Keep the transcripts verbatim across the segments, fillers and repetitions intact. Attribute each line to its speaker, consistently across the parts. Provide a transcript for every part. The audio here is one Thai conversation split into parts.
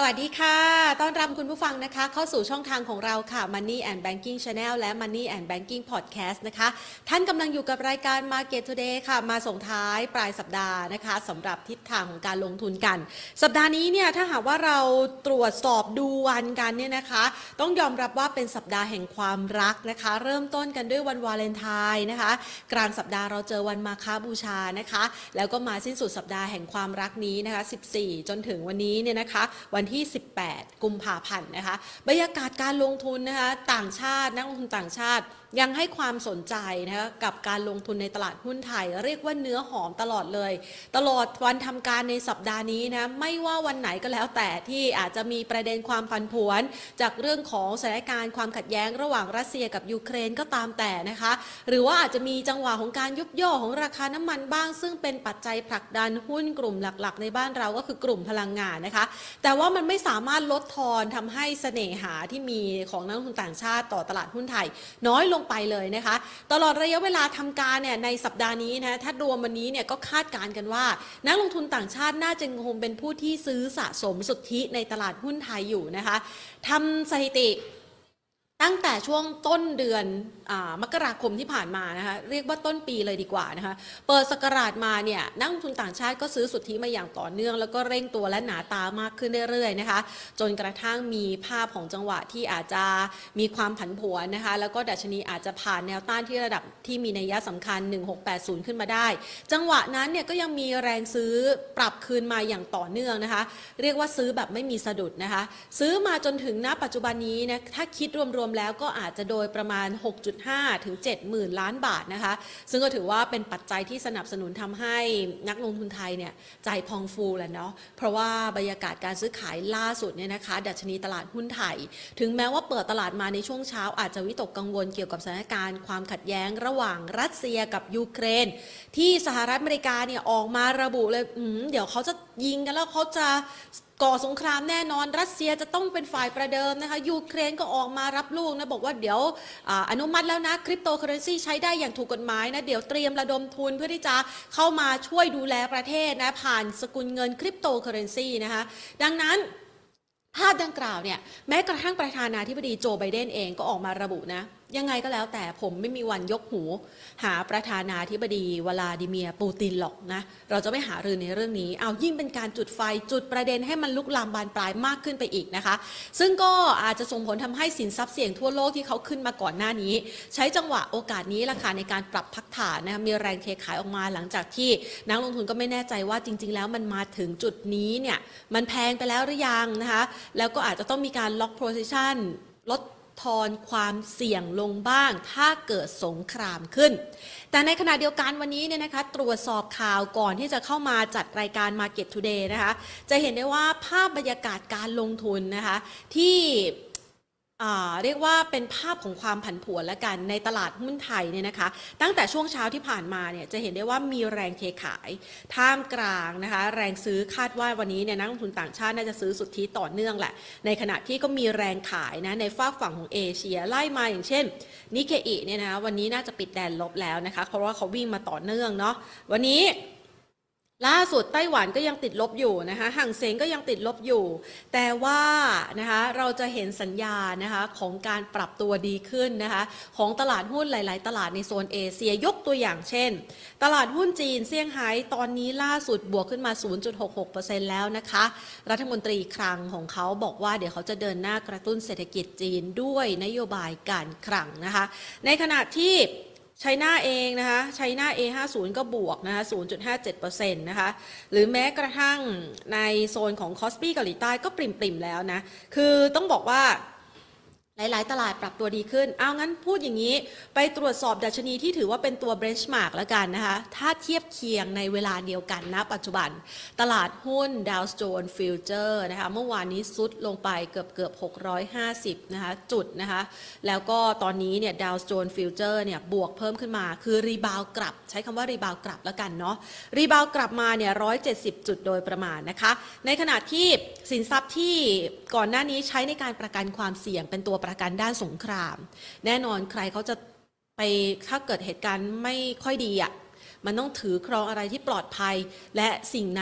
Speaker 1: วัสดีค่ะต้อนรับคุณผู้ฟังนะคะเข้าสู่ช่องทางของเราค่ะ Money and Banking Channel และ Money and Banking Podcast นะคะท่านกำลังอยู่กับรายการ Market Today ค่ะมาส่งท้ายปลายสัปดาห์นะคะสำหรับทิศทางของการลงทุนกันสัปดาห์นี้เนี่ยถ้าหากว่าเราตรวจสอบดูวันกันเนี่ยนะคะต้องยอมรับว่าเป็นสัปดาห์แห่งความรักนะคะเริ่มต้นกันด้วยวันวาเลนไทน์นะคะกลางสัปดาห์เราเจอวันมาฆบูชานะคะแล้วก็มาสิ้นสุดสัปดาห์แห่งความรักนี้นะคะสิบสี่จนถึงวันนี้เนี่ยนะคะวันที่สิบแปดกุมภาพันธ์นะคะบรรยากาศการลงทุนนะคะต่างชาตินักลงทุนต่างชาติยังให้ความสนใจนะคะกับการลงทุนในตลาดหุ้นไทยเรียกว่าเนื้อหอมตลอดเลยตลอดวันทำการในสัปดาห์นี้นะไม่ว่าวันไหนก็แล้วแต่ที่อาจจะมีประเด็นความผันผวนจากเรื่องของสถานการณ์ความขัดแย้งระหว่างรัสเซียกับยูเครนก็ตามแต่นะคะหรือว่าอาจจะมีจังหวะของการยุบย่อของราคาน้ำมันบ้างซึ่งเป็นปัจจัยผลักดันหุ้นกลุ่มหลักๆในบ้านเราก็คือกลุ่มพลังงานนะคะแต่ว่ามันไม่สามารถลดทอนทำให้เสน่หาที่มีของนักลงทุนต่างชาติต่อตลาดหุ้นไทยน้อยลงไปเลยนะคะตลอดระยะเวลาทำการเนี่ยในสัปดาห์นี้นะถ้ารวมวันนี้เนี่ยก็คาดการณ์กันว่านักลงทุนต่างชาติน่าจะคงเป็นผู้ที่ซื้อสะสมสุทธิในตลาดหุ้นไทยอยู่นะคะทำสถิติตั้งแต่ช่วงต้นเดือนมกราคมที่ผ่านมานะคะเรียกว่าต้นปีเลยดีกว่านะคะเปิดศักราชมาเนี่ยนักลงทุนต่างชาติก็ซื้อสุทธิมาอย่างต่อเนื่องแล้วก็เร่งตัวและหนาตามากขึ้นเรื่อยๆนะคะจนกระทั่งมีภาพของจังหวะที่อาจจะมีความผันผวนนะคะแล้วก็ดัชนีอาจจะผ่านแนวต้านที่ระดับที่มีนัยสำคัญหนึ่งหกแปดศูนย์ขึ้นมาได้จังหวะนั้นเนี่ยก็ยังมีแรงซื้อปรับคืนมาอย่างต่อเนื่องนะคะเรียกว่าซื้อแบบไม่มีสะดุดนะคะซื้อมาจนถึงณปัจจุบันนี้นะถ้าคิดรวมๆแล้วก็อาจจะโดยประมาณ หกจุดห้า ถึง เจ็ดหมื่น ล้านบาทนะคะซึ่งก็ถือว่าเป็นปัจจัยที่สนับสนุนทำให้นักลงทุนไทยเนี่ยใจพองฟูแหละเนาะเพราะว่าบรรยากาศการซื้อขายล่าสุดเนี่ยนะคะดัชนีตลาดหุ้นไทยถึงแม้ว่าเปิดตลาดมาในช่วงเช้าอาจจะวิตกกังวลเกี่ยวกับสถานการณ์ความขัดแย้งระหว่างรัสเซียกับยูเครนที่สหรัฐอเมริกาเนี่ยออกมาระบุเลยเดี๋ยวเขาจะยิงกันแล้วเขาจะก่อสงครามแน่นอนรัสเซียจะต้องเป็นฝ่ายประเดิมนะคะยูเครนก็ออกมารับลูกนะบอกว่าเดี๋ยว อ, อนุมัติแล้วนะคริปโตเคอเรนซีใช้ได้อย่างถูกกฎหมายนะเดี๋ยวเตรียมระดมทุนเพื่อที่จะเข้ามาช่วยดูแลประเทศนะผ่านสกุลเงินคริปโตเคอเรนซีนะคะดังนั้นภาพดังกล่าวเนี่ยแม้กระทั่งประธานาธิบดีโจไบเดนเองก็ออกมาระบุนะยังไงก็แล้วแต่ผมไม่มีวันยกหูหาประธานาธิบดีวลาดิเมียร์ปูตินหรอกนะเราจะไม่หารือในเรื่องนี้เอายิ่งเป็นการจุดไฟจุดประเด็นให้มันลุกลามบานปลายมากขึ้นไปอีกนะคะซึ่งก็อาจจะส่งผลทำให้สินทรัพย์เสี่ยงทั่วโลกที่เขาขึ้นมาก่อนหน้านี้ใช้จังหวะโอกาสนี้ละค่ะในการปรับพักฐานนะมีแรงเทขายออกมาหลังจากที่นักลงทุนก็ไม่แน่ใจว่าจริงๆแล้วมันมาถึงจุดนี้เนี่ยมันแพงไปแล้วหรือยังนะคะแล้วก็อาจจะต้องมีการล็อกโพซิชันลดทอนความเสี่ยงลงบ้างถ้าเกิดสงครามขึ้นแต่ในขณะเดียวกันวันนี้เนี่ยนะคะตรวจสอบข่าวก่อนที่จะเข้ามาจัดรายการ Market Today นะคะจะเห็นได้ว่าภาพบรรยากาศการลงทุนนะคะที่เรียกว่าเป็นภาพของความผันผวนและกันในตลาดหุ้นไทยเนี่ยนะคะตั้งแต่ช่วงเช้าที่ผ่านมาเนี่ยจะเห็นได้ว่ามีแรงเทขายท่ามกลางนะคะแรงซื้อคาดว่าวันนี้เนี่ยนักลงทุนต่างชาติน่าจะซื้อสุทธิต่อเนื่องแหละในขณะที่ก็มีแรงขายนะในฝากฝั่งของเอเชียไล่มาอย่างเช่นนิเคอิเนี่ยนะวันนี้น่าจะปิดแดนลบแล้วนะคะเพราะว่าเขาวิ่งมาต่อเนื่องเนาะวันนี้ล่าสุดไต้หวันก็ยังติดลบอยู่นะคะห่างเส็งก็ยังติดลบอยู่แต่ว่านะคะเราจะเห็นสัญญาณนะคะของการปรับตัวดีขึ้นนะคะของตลาดหุ้นหลายๆตลาดในโซนเอเชียยกตัวอย่างเช่นตลาดหุ้นจีนเซี่ยงไฮ้ตอนนี้ล่าสุดบวกขึ้นมา ศูนย์จุดหกหกเปอร์เซ็นต์ แล้วนะคะรัฐมนตรีคลังของเขาบอกว่าเดี๋ยวเขาจะเดินหน้ากระตุ้นเศรษฐกิจจีนด้วยนโยบายการคลังนะคะในขณะที่ไชน่าเองนะคะไชน่า เอ ห้าสิบ ก็บวกนะคะ ศูนย์จุดห้าเจ็ดเปอร์เซ็นต์ นะคะหรือแม้กระทั่งในโซนของคอสปีเกาหลีใต้ก็ปริ่มๆแล้วนะคือต้องบอกว่าหลายๆตลาดปรับตัวดีขึ้นเอางั้นพูดอย่างนี้ไปตรวจสอบดัชนีที่ถือว่าเป็นตัว benchmark แล้วกันนะคะถ้าเทียบเคียงในเวลาเดียวกันนะปัจจุบันตลาดหุ้น Dow Jones Future นะคะเมื่อวานนี้ซุดลงไปเกือบเกือบหกร้อยห้าสิบนะคะจุดนะคะแล้วก็ตอนนี้เนี่ย Dow Jones Future เนี่ยบวกเพิ่มขึ้นมาคือรีบาวกลับใช้คำว่ารีบาวกลับแล้วกันเนาะรีบาวกลับมาเนี่ยหนึ่งร้อยเจ็ดสิบจุดโดยประมาณนะคะในขณะที่สินทรัพย์ที่ก่อนหน้านี้ใช้ในการประกันความเสี่ยงเป็นตัวประกันด้านสงครามแน่นอนใครเขาจะไปถ้าเกิดเหตุการณ์ไม่ค่อยดีอ่ะมันต้องถือครองอะไรที่ปลอดภัยและสิ่งนั้น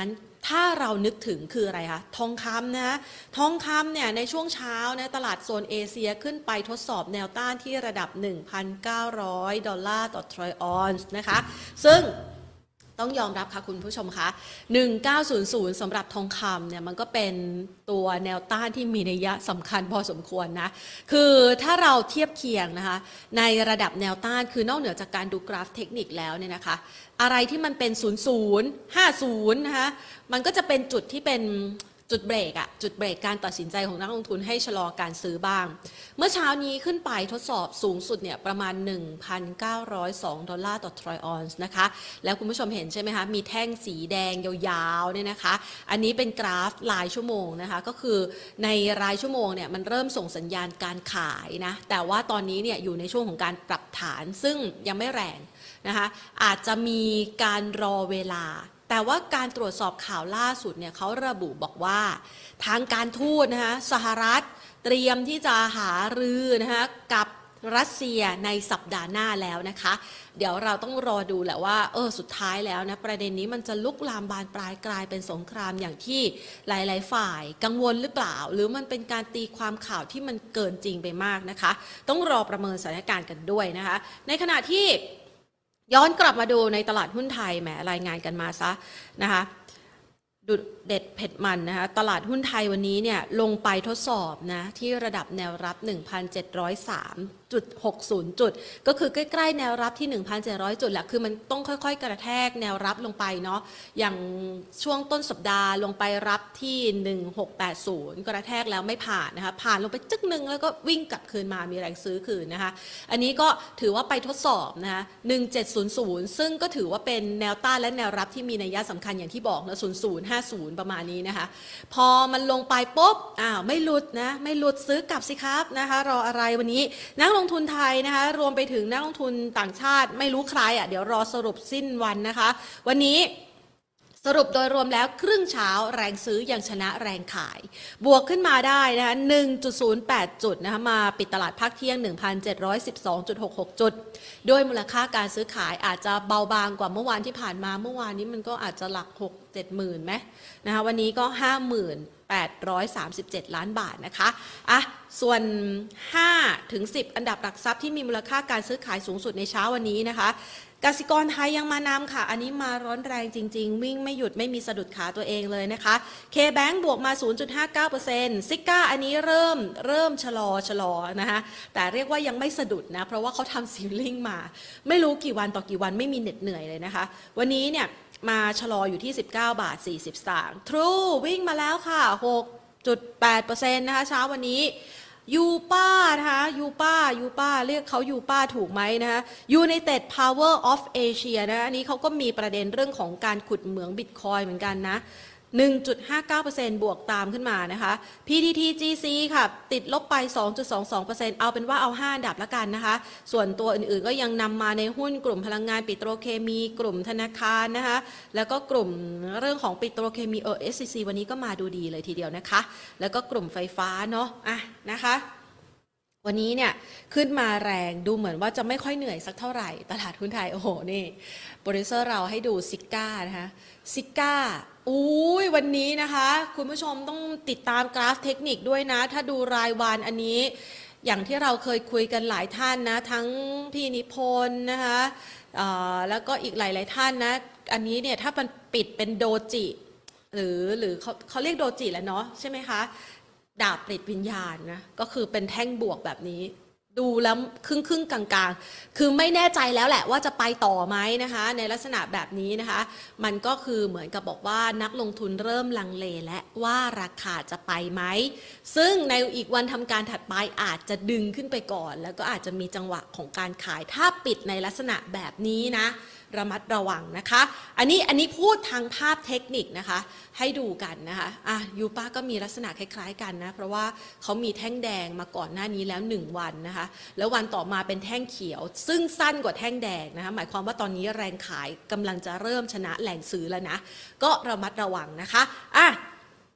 Speaker 1: ถ้าเรานึกถึงคืออะไรคะทองคำนะทองคำเนี่ยในช่วงเช้านะตลาดโซนเอเชียขึ้นไปทดสอบแนวต้านที่ระดับ หนึ่งพันเก้าร้อย ดอลลาร์ต่อทรอยออนซ์นะคะซึ่งต้องยอมรับค่ะคุณผู้ชมคะหนึ่งพันเก้าร้อยสำหรับทองคำเนี่ยมันก็เป็นตัวแนวต้านที่มีนัยสำคัญพอสมควรนะคือถ้าเราเทียบเคียงนะคะในระดับแนวต้านคือนอกเหนือจากการดูกราฟเทคนิคแล้วเนี่ยนะคะอะไรที่มันเป็นศูนย์ ศูนย์ ห้าสิบนะคะมันก็จะเป็นจุดที่เป็นจุดเบรกอะจุดเบรกการตัดสินใจของนักลงทุนให้ชะลอการซื้อบ้างเมื่อเช้านี้ขึ้นไปทดสอบสูงสุดเนี่ยประมาณ หนึ่งพันเก้าร้อยสอง ดอลลาร์ต่อทรอยออนซ์นะคะแล้วคุณผู้ชมเห็นใช่ไหมคะมีแท่งสีแดงยาวๆเนี่ยนะคะอันนี้เป็นกราฟรายชั่วโมงนะคะก็คือในรายชั่วโมงเนี่ยมันเริ่มส่งสัญญาณการขายนะแต่ว่าตอนนี้เนี่ยอยู่ในช่วงของการปรับฐานซึ่งยังไม่แรงนะคะอาจจะมีการรอเวลาแต่ว่าการตรวจสอบข่าวล่าสุดเนี่ยเขาระบุบอกว่าทางการทูตนะคะสหรัฐเตรียมที่จะหารือนะคะกับรัสเซียในสัปดาห์หน้าแล้วนะคะเดี๋ยวเราต้องรอดูแหละว่าเออสุดท้ายแล้วนะประเด็นนี้มันจะลุกลามบานปลายกลายเป็นสงครามอย่างที่หลายๆฝ่ายกังวลหรือเปล่าหรือมันเป็นการตีความข่าวที่มันเกินจริงไปมากนะคะต้องรอประเมินสถานการณ์กันด้วยนะคะในขณะที่ย้อนกลับมาดูในตลาดหุ้นไทยแหมรายงานกันมาซะนะคะดุเด็ดเผ็ดมันนะคะตลาดหุ้นไทยวันนี้เนี่ยลงไปทดสอบนะที่ระดับแนวรับ หนึ่งพันเจ็ดร้อยสามจุดหกศูนย์ จุดก็คือใกล้ๆแนวรับที่ หนึ่งพันเจ็ดร้อย จุดแหละคือมันต้องค่อยๆกระแทกแนวรับลงไปเนาะอย่างช่วงต้นสัปดาห์ลงไปรับที่หนึ่งพันหกร้อยแปดสิบกระแทกแล้วไม่ผ่านนะคะผ่านลงไปจึ๊กนึงแล้วก็วิ่งกลับคืนมามีแรงซื้อคืนนะคะอันนี้ก็ถือว่าไปทดสอบนะคะหนึ่งพันเจ็ดร้อยซึ่งก็ถือว่าเป็นแนวต้านและแนวรับที่มีนัยสำคัญอย่างที่บอกนะศูนย์ ศูนย์ ห้าสิบประมาณนี้นะคะพอมันลงไปปุ๊บอ้าวไม่หลุดนะไม่หลุดซื้อกลับสิครับนะคะรออะไรวันนี้นักลงทุนไทยนะคะรวมไปถึงนักลงทุนต่างชาติไม่รู้ใครอ่ะเดี๋ยวรอสรุปสิ้นวันนะคะวันนี้สรุปโดยรวมแล้วครึ่งเช้าแรงซื้อยังชนะแรงขายบวกขึ้นมาได้นะคะ หนึ่งจุดศูนย์แปด จุดนะคะมาปิดตลาดภาคเที่ยง หนึ่งพันเจ็ดร้อยสิบสองจุดหกหก จุดด้วยมูลค่าการซื้อขายอาจจะเบาบางกว่าเมื่อวานที่ผ่านมาเมื่อวานนี้มันก็อาจจะหลักหก เจ็ดหมื่นไหมนะคะวันนี้ก็ ห้าหมื่นแปดร้อยสามสิบเจ็ด ล้านบาทนะคะอ่ะส่วนห้าถึงสิบอันดับหลักทรัพย์ที่มีมูลค่าการซื้อขายสูงสุดในเช้าวันนี้นะคะกสิกรไทยยังมานำค่ะอันนี้มาร้อนแรงจริงๆวิ่งไม่หยุดไม่มีสะดุดขาตัวเองเลยนะคะ K-Bank บวกมา ศูนย์จุดห้าเก้าเปอร์เซ็นต์ ซิก้าอันนี้เริ่มเริ่มชะลอชะลอนะคะแต่เรียกว่ายังไม่สะดุดนะเพราะว่าเขาทำซีลลิ่งมาไม่รู้กี่วันต่อกี่วันไม่มีเหน็ดเหนื่อยเลยนะคะวันนี้เนี่ยมาชะลออยู่ที่ สิบเก้าบาทสี่สิบสตางค์ True วิ่งมาแล้วค่ะ หกจุดแปดเปอร์เซ็นต์ นะคะเช้าวันนี้ยูป้านะคะยูป้ายูป้าเรียกเขายูป้าถูกไหมนะคะ United Power of Asia นะอันนี้เขาก็มีประเด็นเรื่องของการขุดเหมืองบิตคอยน์เหมือนกันนะ หนึ่งจุดห้าเก้าเปอร์เซ็นต์ บวกตามขึ้นมานะคะ พี ที ที จี ซี ค่ะติดลบไป สองจุดสองสองเปอร์เซ็นต์ เอาเป็นว่าเอาห้าอันดับละกันนะคะส่วนตัวอื่นๆก็ยังนำมาในหุ้นกลุ่มพลังงานปิโตรเคมีกลุ่มธนาคารนะคะแล้วก็กลุ่มเรื่องของปิโตรเคมีเออ เอส ซี ซี วันนี้ก็มาดูดีเลยทีเดียวนะคะแล้วก็กลุ่มไฟฟ้าเนาะอ่ะนะคะวันนี้เนี่ยขึ้นมาแรงดูเหมือนว่าจะไม่ค่อยเหนื่อยสักเท่าไหร่ตลาดหุ้นไทยโอ้โหนี่โปรดิวเซอร์เราให้ดูซิก้านะคะซิก้าอุ้ยวันนี้นะคะคุณผู้ชมต้องติดตามกราฟเทคนิคด้วยนะถ้าดูรายวันอันนี้อย่างที่เราเคยคุยกันหลายท่านนะทั้งพี่นิพนธ์นะคะแล้วก็อีกหลายๆท่านนะอันนี้เนี่ยถ้ามันปิดเป็นโดจิหรือหรือเขาเขาเรียกโดจิแล้วเนาะใช่ไหมคะดาบปลิดวิญญาณนะก็คือเป็นแท่งบวกแบบนี้ดูแล้วครึ่งครึ่งกลางๆคือไม่แน่ใจแล้วแหละว่าจะไปต่อไหมนะคะในลักษณะแบบนี้นะคะมันก็คือเหมือนกับบอกว่านักลงทุนเริ่มลังเลและว่าราคาจะไปไหมซึ่งในอีกวันทำการถัดไปอาจจะดึงขึ้นไปก่อนแล้วก็อาจจะมีจังหวะของการขายถ้าปิดในลักษณะแบบนี้นะระมัดระวังนะคะอันนี้อันนี้พูดทางภาพเทคนิคนะคะให้ดูกันนะคะอ่ะยูป้าก็มีลักษณะคล้ายๆกันนะเพราะว่าเขามีแท่งแดงมาก่อนหน้านี้แล้วหนึ่งวันนะคะแล้ววันต่อมาเป็นแท่งเขียวซึ่งสั้นกว่าแท่งแดงนะคะหมายความว่าตอนนี้แรงขายกำลังจะเริ่มชนะแรงซื้อแล้วนะก็ระมัดระวังนะคะอ่ะผ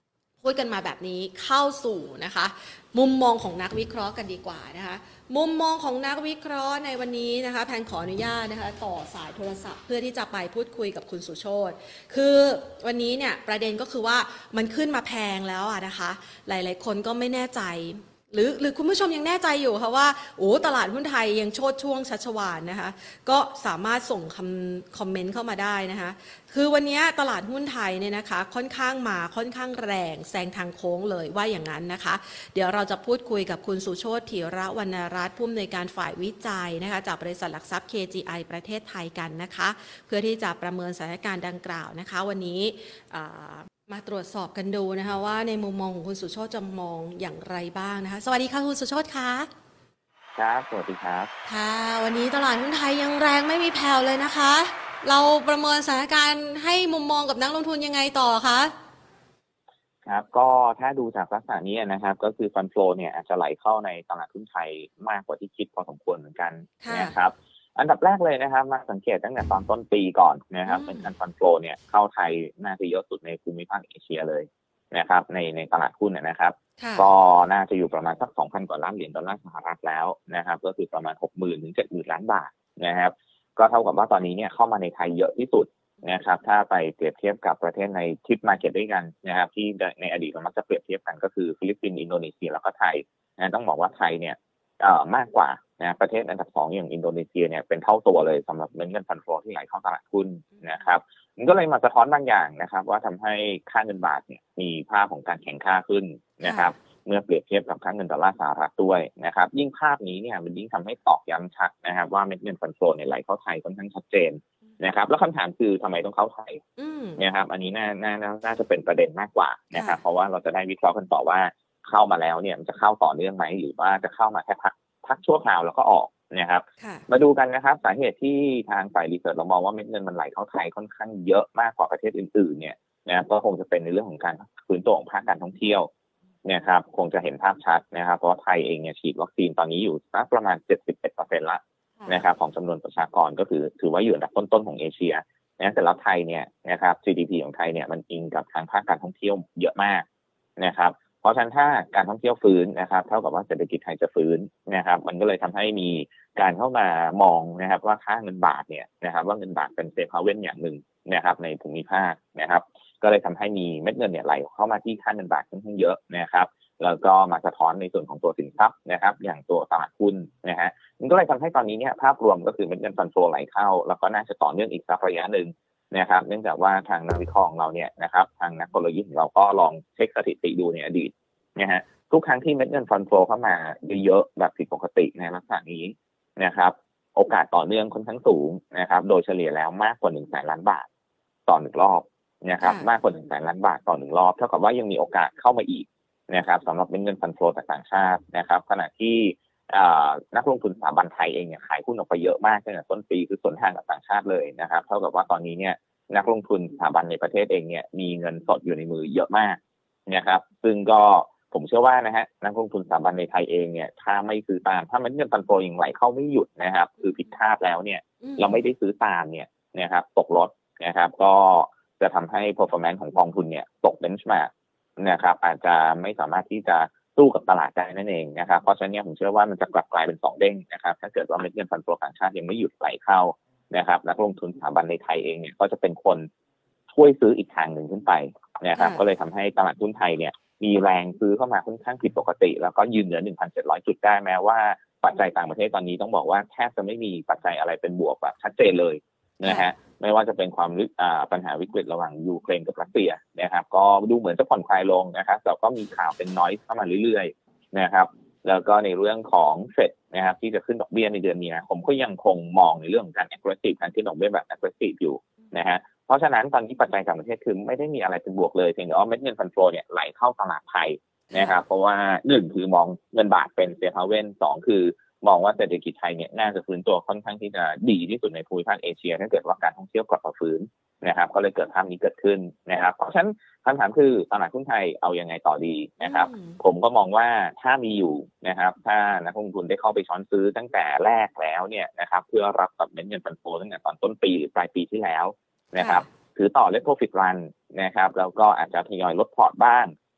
Speaker 1: พูดกันมาแบบนี้เข้าสู่นะคะมุมมองของนักวิเคราะห์กันดีกว่านะคะมุมมองของนักวิเคราะห์ในวันนี้นะคะแพนขออนุญาตนะคะต่อสายโทรศัพท์เพื่อที่จะไปพูดคุยกับคุณสุโชติคือวันนี้เนี่ยประเด็นก็คือว่ามันขึ้นมาแพงแล้วอะนะคะหลายๆคนก็ไม่แน่ใจหรือหรือคุณผู้ชมยังแน่ใจอยู่คะว่าโอ้ตลาดหุ้นไทยยังโชติช่วงชัชวาลนะคะก็สามารถส่งคำคอมเมนต์เข้ามาได้นะคะคือวันนี้ตลาดหุ้นไทยเนี่ยนะคะค่อนข้างมาค่อนข้างแรงแซงทางโค้งเลยว่าอย่างนั้นนะคะเดี๋ยวเราจะพูดคุยกับคุณสุโชติธีระวรรณรัตน์ผู้อำนวยการฝ่ายวิจัยนะคะจากบริษัทหลักทรัพย์ เค จี ไอ ประเทศไทยกันนะคะเพื่อที่จะประเมินสถานการณ์ดังกล่าวนะคะวันนี้มาตรวจสอบกันดูนะคะว่าในมุมมองของคุณสุโชติจะมองอย่างไรบ้างนะคะสวัสดีค่ะคุณสุโชติค่ะ
Speaker 2: ครับสวัสดีครับ
Speaker 1: ค่ะวันนี้ตลาดหุ้นไทยยังแรงไม่มีแผ่วเลยนะคะเราประเมินสถานการณ์ให้มุมมองกับนักลงทุนยังไงต่อคะ
Speaker 2: ครับก็ถ้าดูจากลักษณะนี้นะครับก็คือฟันโฟลเนี่ยอาจจะไหลเข้าในตลาดหุ้นไทยมากกว่าที่คิดพอสมควรเหมือนกันนะครับอันดับแรกเลยนะครับมาสังเกตตั้งแต่ตอนต้นปีก่อนนะครับเป็นการฟันโฟลเนี่ยเข้าไทยน่าจะเยอะสุดในภูมิภาคเอเชียเลยนะครับในในตลาดหุ้นนะครับก็น่าจะอยู่ประมาณสัก สองพัน กว่าล้านเหรียญดอลลาร์สหรัฐแล้วนะครับก็คือประมาณ หกหมื่น ถึง เจ็ดหมื่น ล้านบาทนะครับก็เท่ากับว่าตอนนี้เนี่ยเข้ามาในไทยเยอะที่สุดนะครับถ้าไปเปรียบเทียบกับประเทศในทิปมาร์เก็ตด้วยกันนะครับที่ในอดีตเรามักจะเปรียบเทียบกันก็คือฟิลิปปินส์อินโดนีเซียแล้วก็ไทยนะต้องบอกว่าไทยเนี่ยเอ่อมากกว่านะประเทศอันดับสองอย่างอินโดนีเซียเนี่ยเป็นเท่าตัวเลยสำหรับเงินฟันโฟลที่ไหลเข้าตลาดหุ้นนะครับมันก็เลยมาสะท้อนบางอย่างนะครับว่าทำให้ค่าเงินบาทเนี่ยมีภาพของการแข็งค่าขึ้นนะครับเมื่อเปรียบเทียบกับค่าเงินดอลลาร์สหรัฐด้วยนะครับยิ่งภาพนี้เนี่ยมันยิ่งทำให้ตอกย้ำชัดนะครับว่าเม็ดเงินฟันโฟลเนี่ยไหลเข้าไทยค่อนข้างชัดเจนนะครับแล้วคำถามคือทำไมต้องเข้าไทยนะครับอันนี้น่าน่าน่าจะเป็นประเด็นมากกว่านะครับเพราะว่าเราจะได้วิเคราะห์กันต่อว่าเข้ามาแล้วเนี่ยมันจะเข้าต่อเนื่องไหมหรือว่าจะเข้ามาแค่พักพักชั่วคราวแล้วก็ออกนะครับมาดูกันนะครับสาเหตุที่ทางฝ่ายรีเสิร์ชเรามองว่าเม็ดเงินมันไหลเข้าไทยค่อนข้างเยอะมากกว่าประเทศอื่นๆเนี่ยนะครับก็คงจะเป็นในเรื่องของการฟื้นตัวของภาคการท่องเที่ยวนะครับคงจะเห็นภาพชัดนะครับเพราะว่าไทยเองเนี่ยฉีดวัคซีนตอนนี้อยู่สักประมาณ เจ็ดสิบเอ็ดเปอร์เซ็นต์ ละนะครับของจำนวนประชากรก็คือถือว่าอยู่อันดับต้นๆของเอเชียนะแต่แล้วไทยเนี่ยนะครับ จี ดี พี ของไทยเนี่ยมันอิงกับทางภาคการท่องเที่ยวเยอะมากนะครับเพราะฉะนั้นถ้าการท่องเที่ยวฟื้นนะครับเท่ากับว่าเศรษฐกิจไทยจะฟื้นนะครับมันก็เลยทำให้มีการเข้ามามองนะครับว่าค่าเงินบาทเนี่ยนะครับว่าเงินบาทเป็นเซฟเฮาเว่นอย่างหนึ่งนะครับในภูมิภาคนะครับก็เลยทำให้มีเม็ดเงินเนี่ยไหลเข้ามาที่ค่าเงินบาทค่อนข้างเยอะนะครับแล้วก็มาสะท้อนในส่วนของตัวสินทรัพย์นะครับอย่างตัวตลาดหุ้นนะฮะมันก็เลยทำให้ตอนนี้เนี่ยภาพรวมก็คือเม็ดเงินฟันโฟไหลเข้าแล้วก็น่าจะต่อเนื่องอีกสักระยะหนึ่งนะครับเนื่องจากว่าทางนักวิเคราะห์ของเราเนี่ยนะครับทางนักกลยุทธ์ของเราก็ลองเช็คสถิติดูในอดีตนะฮะทุกครั้งที่เม็ดเงินฟันโฟเข้ามาเยอะๆแบบผิดปกติในลักษณะนี้นะครับโอกาสต่อเนื่องค่อนข้างสูงนะครับโดยเฉลี่ยแล้วมากกว่าหนึ่งแสนล้านบาทต่อหนึ่งรอบนะครับมากกว่าหนึ่งแสนล้านบาทต่อหนึ่งรอบเท่ากับว่ายังมีโอกาสเข้ามาอีกนะครับสำหรับเม็ดเงินฟันโฟจากต่างชาตินะครับขณะที่นักลงทุนสถาบันไทยเองเนี่ยขายหุ้นออกไปเยอะมากตั้งแต่ต้นปีคือสวนทางกับต่างชาติเลยนะครับเท่ากับว่าตอนนี้เนี่ยนักลงทุนสถาบันในประเทศเองเนี่ยมีเงินสดอยู่ในมือเยอะมากนะครับซึ่งก็ผมเชื่อว่านะฮะนักลงทุนสถาบันในไทยเองเนี่ยถ้าไม่ซื้อตามถ้ามันเงินฟันโฟยังไหลเข้าไม่หยุดนะครับคือผิดคาดแล้วเนี่ยเราไม่ได้ซื้อตามเนี่ยนะครับตกรถนะครับก็จะทำให้ performance ของกองทุนเนี่ยตก benchmark นะครับอาจจะไม่สามารถที่จะสู้กับตลาดได้นั่นเองนะครับเพราะฉะนั้นผมเชื่อว่ามันจะกลับกลายเป็นสองเด้งนะครับถ้าเกิดว่าเม็ดเงินฟันโฟต่างชาติยังไม่หยุดไหลเข้านะครับนักลงทุนสถาบันในไทยเองเนี่ยก็จะเป็นคนช่วยซื้ออีกทางหนึ่งขึ้นไปนะครับก็เลยทำให้ตลาดหุ้นไทยเนี่ยมีแรงซื้อเข้ามาค่อนข้างผิดปกติแล้วก็ยืนเหนือ หนึ่งพันเจ็ดร้อย จุดได้แม้ว่าปัจจัยต่างประเทศตอนนี้ต้องบอกว่าแทบจะไม่มีปัจจัยอะไรเป็นบวกแบบชัดเจนเลยนะฮะไม่ว่าจะเป็นความปัญหาวิกฤตระหว่างยูเครนกับรัสเซียนะครับก็ดูเหมือนจะผ่อนคลายลงนะครับแต่ก็มีข่าวเป็นน้อยเข้ามาเรื่อยๆนะครับแล้วก็ในเรื่องของเฟดนะครับที่จะขึ้นดอกเบี้ยในเดือนมีนาคมก็ยังคงมองในเรื่องของการ aggressive การขึ้นดอกเบี้ยแบบ aggressive อยู่นะฮะเพราะฉะนั้นตอนนี้ปัจจัยต่างประเทศคือไม่ได้มีอะไรเป็นบวกเลยเพียงแต่ว่าเม็ดเงินฟันโฟเนี่ยไหลเข้าตลาดไทยนะครับเพราะว่าหนึ่งคือมองเงินบาทเป็นเซฟเฮาเว่นสองคือมองว่าเศรษฐกิจไทยเนี่ยน่าจะฟื้นตัวค่อนข้างที่จะดีที่สุดในภูมิภาคเอเชียถ้าเกิดว่าการท่องเที่ยวกลับมาฟื้นนะครับก็เลยเกิดภาพนี้เกิดขึ้นนะครับเพราะฉะนั้นคำถามคือตลาดหุ้นไทยเอายังไงต่อดีนะครับผมก็มองว่าถ้ามีอยู่นะครับถ้านักลงทุนได้เข้าไปช้อนซื้อตั้งแต่แรกแล้วเนี่ยนะครับเพื่อรับกับเม็ดเงินฟันโฟตั้งแต่ตอนต้นปีหรือปลายปีที่แล้วนะครับถือต่อเล่น profit run นะครับแล้วก็อาจจะทยอยลดพอร์ตบ้าง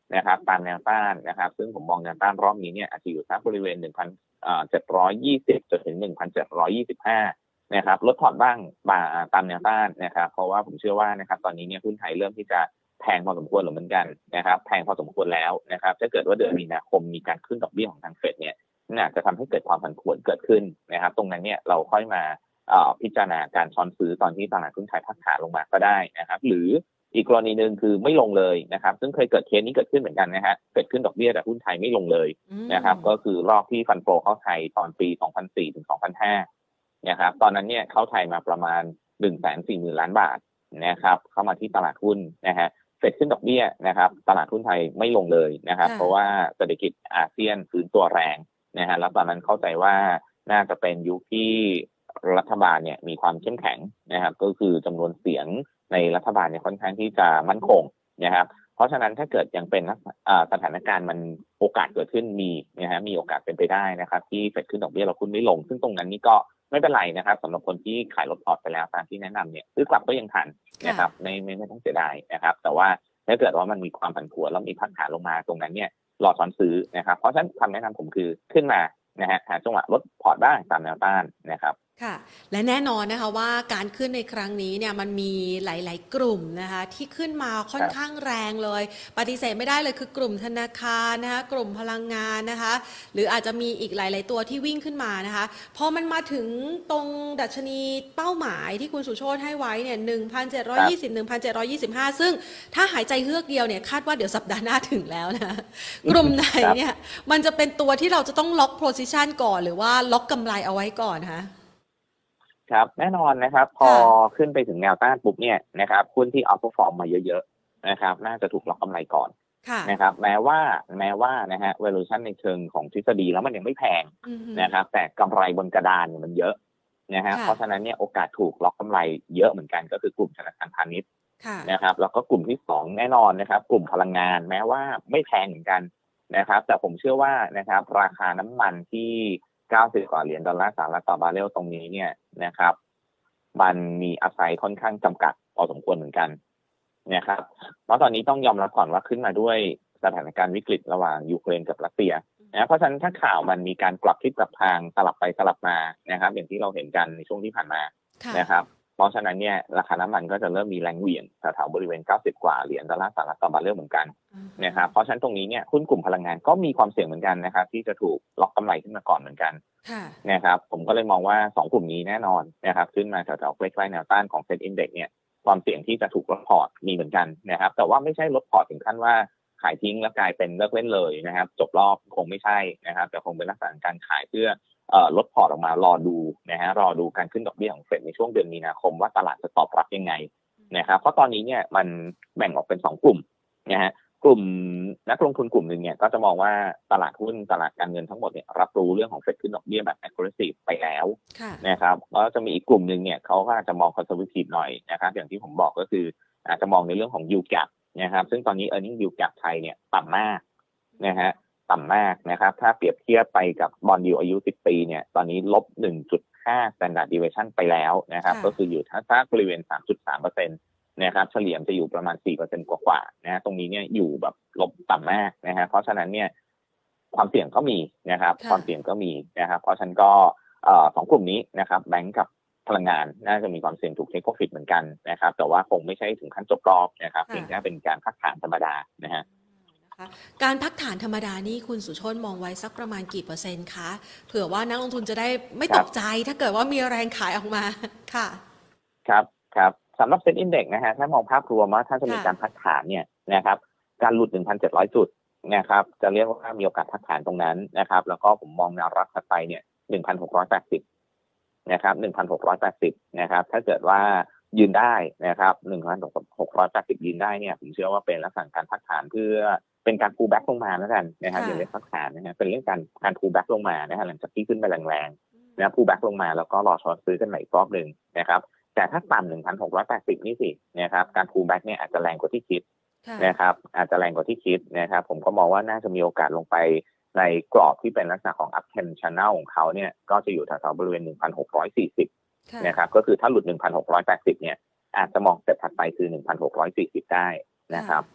Speaker 2: นะครับตามแนวต้านนะครับซึ่งผมมองแนวต้านรอบนี้เนี่ยอาจจะอยู่ที่บริเวณ หนึ่งพันเจ็ดร้อยยี่สิบ จนถึง หนึ่งพันเจ็ดร้อยยี่สิบห้า นะครับลดพอร์ตบ้างตามแนวต้านนะครับเพราะว่าผมเชื่อว่านะครับตอนนี้เนี่ยหุ้นไทยเริ่มที่จะแพงพอสมควรเหมือนกันนะครับแพงพอสมควรแล้วนะครับถ้าเกิดว่าเดือนมีนาคมมีการขึ้นดอกเบี้ยของทางเฟดเนี่ยน่าจะทำให้เกิดความผันผวนเกิดขึ้นนะครับตรงนั้นเนี่ยเราค่อยมาพิจารณาการช้อนซื้อตอนที่ตลาดหุ้นไทยพักฐานลงมาก็ได้นะครับหรืออีกกรณีหนึ่งคือไม่ลงเลยนะครับซึ่งเคยเกิดเคสนี้เกิดขึ้นเหมือนกันนะฮะเกิดขึ้นดอกเบี้ยแต่หุ้นไทยไม่ลงเลยนะครับก็คือรอบที่ฟันโฟเข้าไทยตอนปี สองพันสี่ ถึง สองพันห้า นะครับตอนนั้นเนี่ยเข้าไทยมาประมาณ หนึ่งแสนสี่หมื่น ล้านบาทนะครับเข้ามาที่ตลาดหุ้นนะฮะเฟดขึ้นดอกเบี้ยนะครับตลาดหุ้นไทยไม่ลงเลยนะครับเพราะว่าเศรษฐกิจอาเซียนฟื้นตัวแรงนะฮะแล้วตอนนั้นเข้าใจว่าน่าจะเป็นยุคที่รัฐบาลเนี่ยมีความเข้มแข็งนะครับก็คือจำนวนเสียงในรัฐบาลเนี่ยค่อนข้างที่จะมั่นคงนะครับเพราะฉะนั้นถ้าเกิดยังเป็นสถานการณ์มันโอกาสเกิดขึ้นมีนะฮะมีโอกาสเป็นไปได้นะครับที่เฟดขึ้นดอกเบี้ยเราหุ้นไม่ลงซึ่งตรงนั้นนี่ก็ไม่เป็นไรนะครับสำหรับคนที่ขายลดพอร์ตไปแล้วตามที่แนะนำเนี่ยซื้อกลับก็ยังทันนะครับไม่ไม่ไม่ต้องเสียดายนะครับแต่ว่าถ้าเกิดว่ามันมีความผันผวนแล้วมีพักฐานลงมาตรงนั้นเนี่ยรอช้อนซื้อนะครับเพราะฉะนั้นคำแนะนำผมคือขึ้นมานะฮะหาจังหวะลดพอร์ตบ้างตามแนวต้านนะครับ
Speaker 1: ค่ะและแน่นอนนะคะว่าการขึ้นในครั้งนี้เนี่ยมันมีหลายๆกลุ่มนะคะที่ขึ้นมาค่อนข้างแรงเลยปฏิเสธไม่ได้เลยคือกลุ่มธนาคารนะคะกลุ่มพลังงานนะคะหรืออาจจะมีอีกหลายๆตัวที่วิ่งขึ้นมานะคะพอมันมาถึงตรงดัชนีเป้าหมายที่คุณสุโชติให้ไว้เนี่ย หนึ่งพันเจ็ดร้อยยี่สิบ หนึ่งพันเจ็ดร้อยยี่สิบห้า ซึ่งถ้าหายใจเฮือกเดียวเนี่ยคาดว่าเดี๋ยวสัปดาห์หน้าถึงแล้วนะกลุ่มไหนเนี่ยมันจะเป็นตัวที่เราจะต้องล็อกโพซิชันก่อนหรือว่าล็อกกำไรเอาไว้ก่อนคะ
Speaker 2: ครับแน่นอนนะครับพอขึ้นไปถึงแนวต้านปุ๊บเนี่ยนะครับหุ้นที่เอาท์ฟอร์มมาเยอะๆนะครับน่าจะถูกล็อกกำไรก่อนนะครับแม้ว่าแม้ว่านะฮะ valuation ในเชิงของทฤษฎีแล้วมันยังไม่แพงนะครับแต่กำไรบนกระดานมันเยอะนะฮะเพราะฉะนั้นเนี่ยโอกาสถูกล็อกกำไรเยอะเหมือนกันก็คือกลุ่มธนาคารพาณิชย์นะครับแล้วก็กลุ่มที่สองแน่นอนนะครับกลุ่มพลังงานแม้ว่าไม่แพงเหมือนกันนะครับแต่ผมเชื่อว่านะครับราคาน้ำมันที่เก้าสิบกว่าเหรียญดอลลาร์สหรัฐต่อบาร์เรลตรงนี้เนี่ยนะครับมันมีอาศัยค่อนข้างจำกัดพอสมควรเหมือนกันนะครับเพราะตอนนี้ต้องยอมรับก่อนว่าขึ้นมาด้วยสถานการณ์วิกฤตระหว่างยูเครนกับรัสเซียนะเพราะฉะนั้นถ้าข่าวมันมีการกลับทิศกลับทางสลับไปสลับมานะครับอย่างที่เราเห็นกันในช่วงที่ผ่านมานะครับเพราะฉะนั้นเนี่ยราคาน้ำมันก็จะเริ่มมีแรงเหวี่ยงแถวๆบริเวณเก้าสิบกว่าเหรียญดอลลาร์สหรัฐต่อบาร์เรลเหมือนกันนะครับเพราะฉะนั้นตรงนี้เนี่ยหุ้นกลุ่มพลังงานก็มีความเสี่ยงเหมือนกันนะครับที่จะถูกล็อกกำไรขึ้นมาก่อนเหมือนกันนะครับผมก็เลยมองว่าสองกลุ่มนี้แน่นอนนะครับขึ้นมาแถวๆใกล้ๆแนวต้านของเซ็ตอินเด็กซ์เนี่ยความเสี่ยงที่จะถูกลดพอร์ตมีเหมือนกันนะครับแต่ว่าไม่ใช่ลดพอร์ตถึงขั้นว่าขายทิ้งแล้วกลายเป็นเลิกเล่นเลยนะครับจบรอบคงไม่ใช่นะครับแต่คงเป็นลักษณะการขายเพื่อเอ่อลดพอร์ตออกมารอดูนะฮะรอดูการขึ้นดอกเบี้ยของเฟดในช่วงเดือนมีนาคมว่าตลาดจะตอบรับยังไงนะครับเพราะตอนนี้เนี่ยมันแบ่งออกเป็นสองกลุ่มนะฮะกลุ่มนักลงทุนกลุ่มนึงเนี่ยก็จะมองว่าตลาดหุ้นตลาดการเงินทั้งหมดเนี่ยรับรู้เรื่องของเฟดขึ้นดอกเบี้ยแบบ aggressive ไปแล้วนะครับแล้วจะมีอีกกลุ่มนึงเนี่ยเขาก็อาจจะมอง conservative หน่อยนะครับอย่างที่ผมบอกก็คืออาจจะมองในเรื่องของ yield gap นะครับซึ่งตอนนี้ earning yield gap ไทยเนี่ยต่ำมากนะฮะต่ำมากนะครับถ้าเปรียบเทียบไปกับบอนด์ยิลด์อายุสิบปีเนี่ยตอนนี้ลบ หนึ่งจุดห้า standard deviation ไปแล้วนะครับก็คืออยู่ถ้าบริเวณ สามจุดสามเปอร์เซ็นต์ นะครับเฉลี่ยจะอยู่ประมาณ สี่เปอร์เซ็นต์ กว่าๆนะฮะตรงนี้เนี่ยอยู่แบบลบต่ำมากนะฮะเพราะฉะนั้นเนี่ยความเสี่ยงก็มีนะครับความเสี่ยงก็มีนะครับเพราะฉะนั้นก็เอ่อสองกลุ่มนี้นะครับแบงก์กับพลังงานน่าจะมีความเสี่ยงถูกเทคโปรฟิตเหมือนกันนะครับแต่ว่าคงไม่ใช่ถึงขั้นจบรอบนะครับเพียงแค่เป็นการพักฐานธรรมดานะฮะ
Speaker 1: การพักฐานธรรมดานี่คุณสุชนมองไว้สักประมาณกี่เปอร์เซ็นต์คะเผื่อว่านักลงทุนจะได้ไม่ตกใจถ้าเกิดว่ามีแรงขายออกมาค่ะ
Speaker 2: ครับครับสำหรับเซ็ตอินเด็กซ์นะฮะถ้ามองภาพรวมว่าถ้าจะมีการพักฐานเนี่ยนะครับการหลุด หนึ่งพันเจ็ดร้อย จุดนะครับจะเรียกว่ามีโอกาสพักฐานตรงนั้นนะครับแล้วก็ผมมองแนวรับถัดไปเนี่ย หนึ่งพันหกร้อยแปดสิบ นะครับ หนึ่งพันหกร้อยแปดสิบ นะครับถ้าเกิดว่ายืนได้นะครับ หนึ่งพันหกร้อยแปดสิบ ยืนได้เนี่ยผมเชื่อว่าเป็นลักษณะการพักฐานเพื่อเป็นการ pull back ลงมาแล้วกันนะครับอย่าเรียกพักฐานนะฮะเป็นเรื่องการการ pull back ลงมานะฮะหลังจากที่ขึ้นไปแรงๆนะ pull back ลงมาแล้วก็รอช็อตซื้อกันใหม่อีกรอบนึงนะครับแต่ถ้าต่ำ หนึ่งพันหกร้อยแปดสิบ นี่สินะครับการ pull back เนี่ยอาจจะแรงกว่าที่คิดนะครับอาจจะแรงกว่าที่คิดนะครับผมก็มองว่าน่าจะมีโอกาสลงไปในกรอบที่เป็นลักษณะของ uptrend channel ของเขาเนี่ยก็จะอยู่แถวๆบริเวณ หนึ่งพันหกร้อยสี่สิบ นะครับก็คือถ้าหลุด หนึ่งพันหกร้อยแปดสิบ เนี่ยอาจจะมองสเต็ปถัดไปคือ หนึ่งพันหกร้อยสี่สิบ ได้นะครับ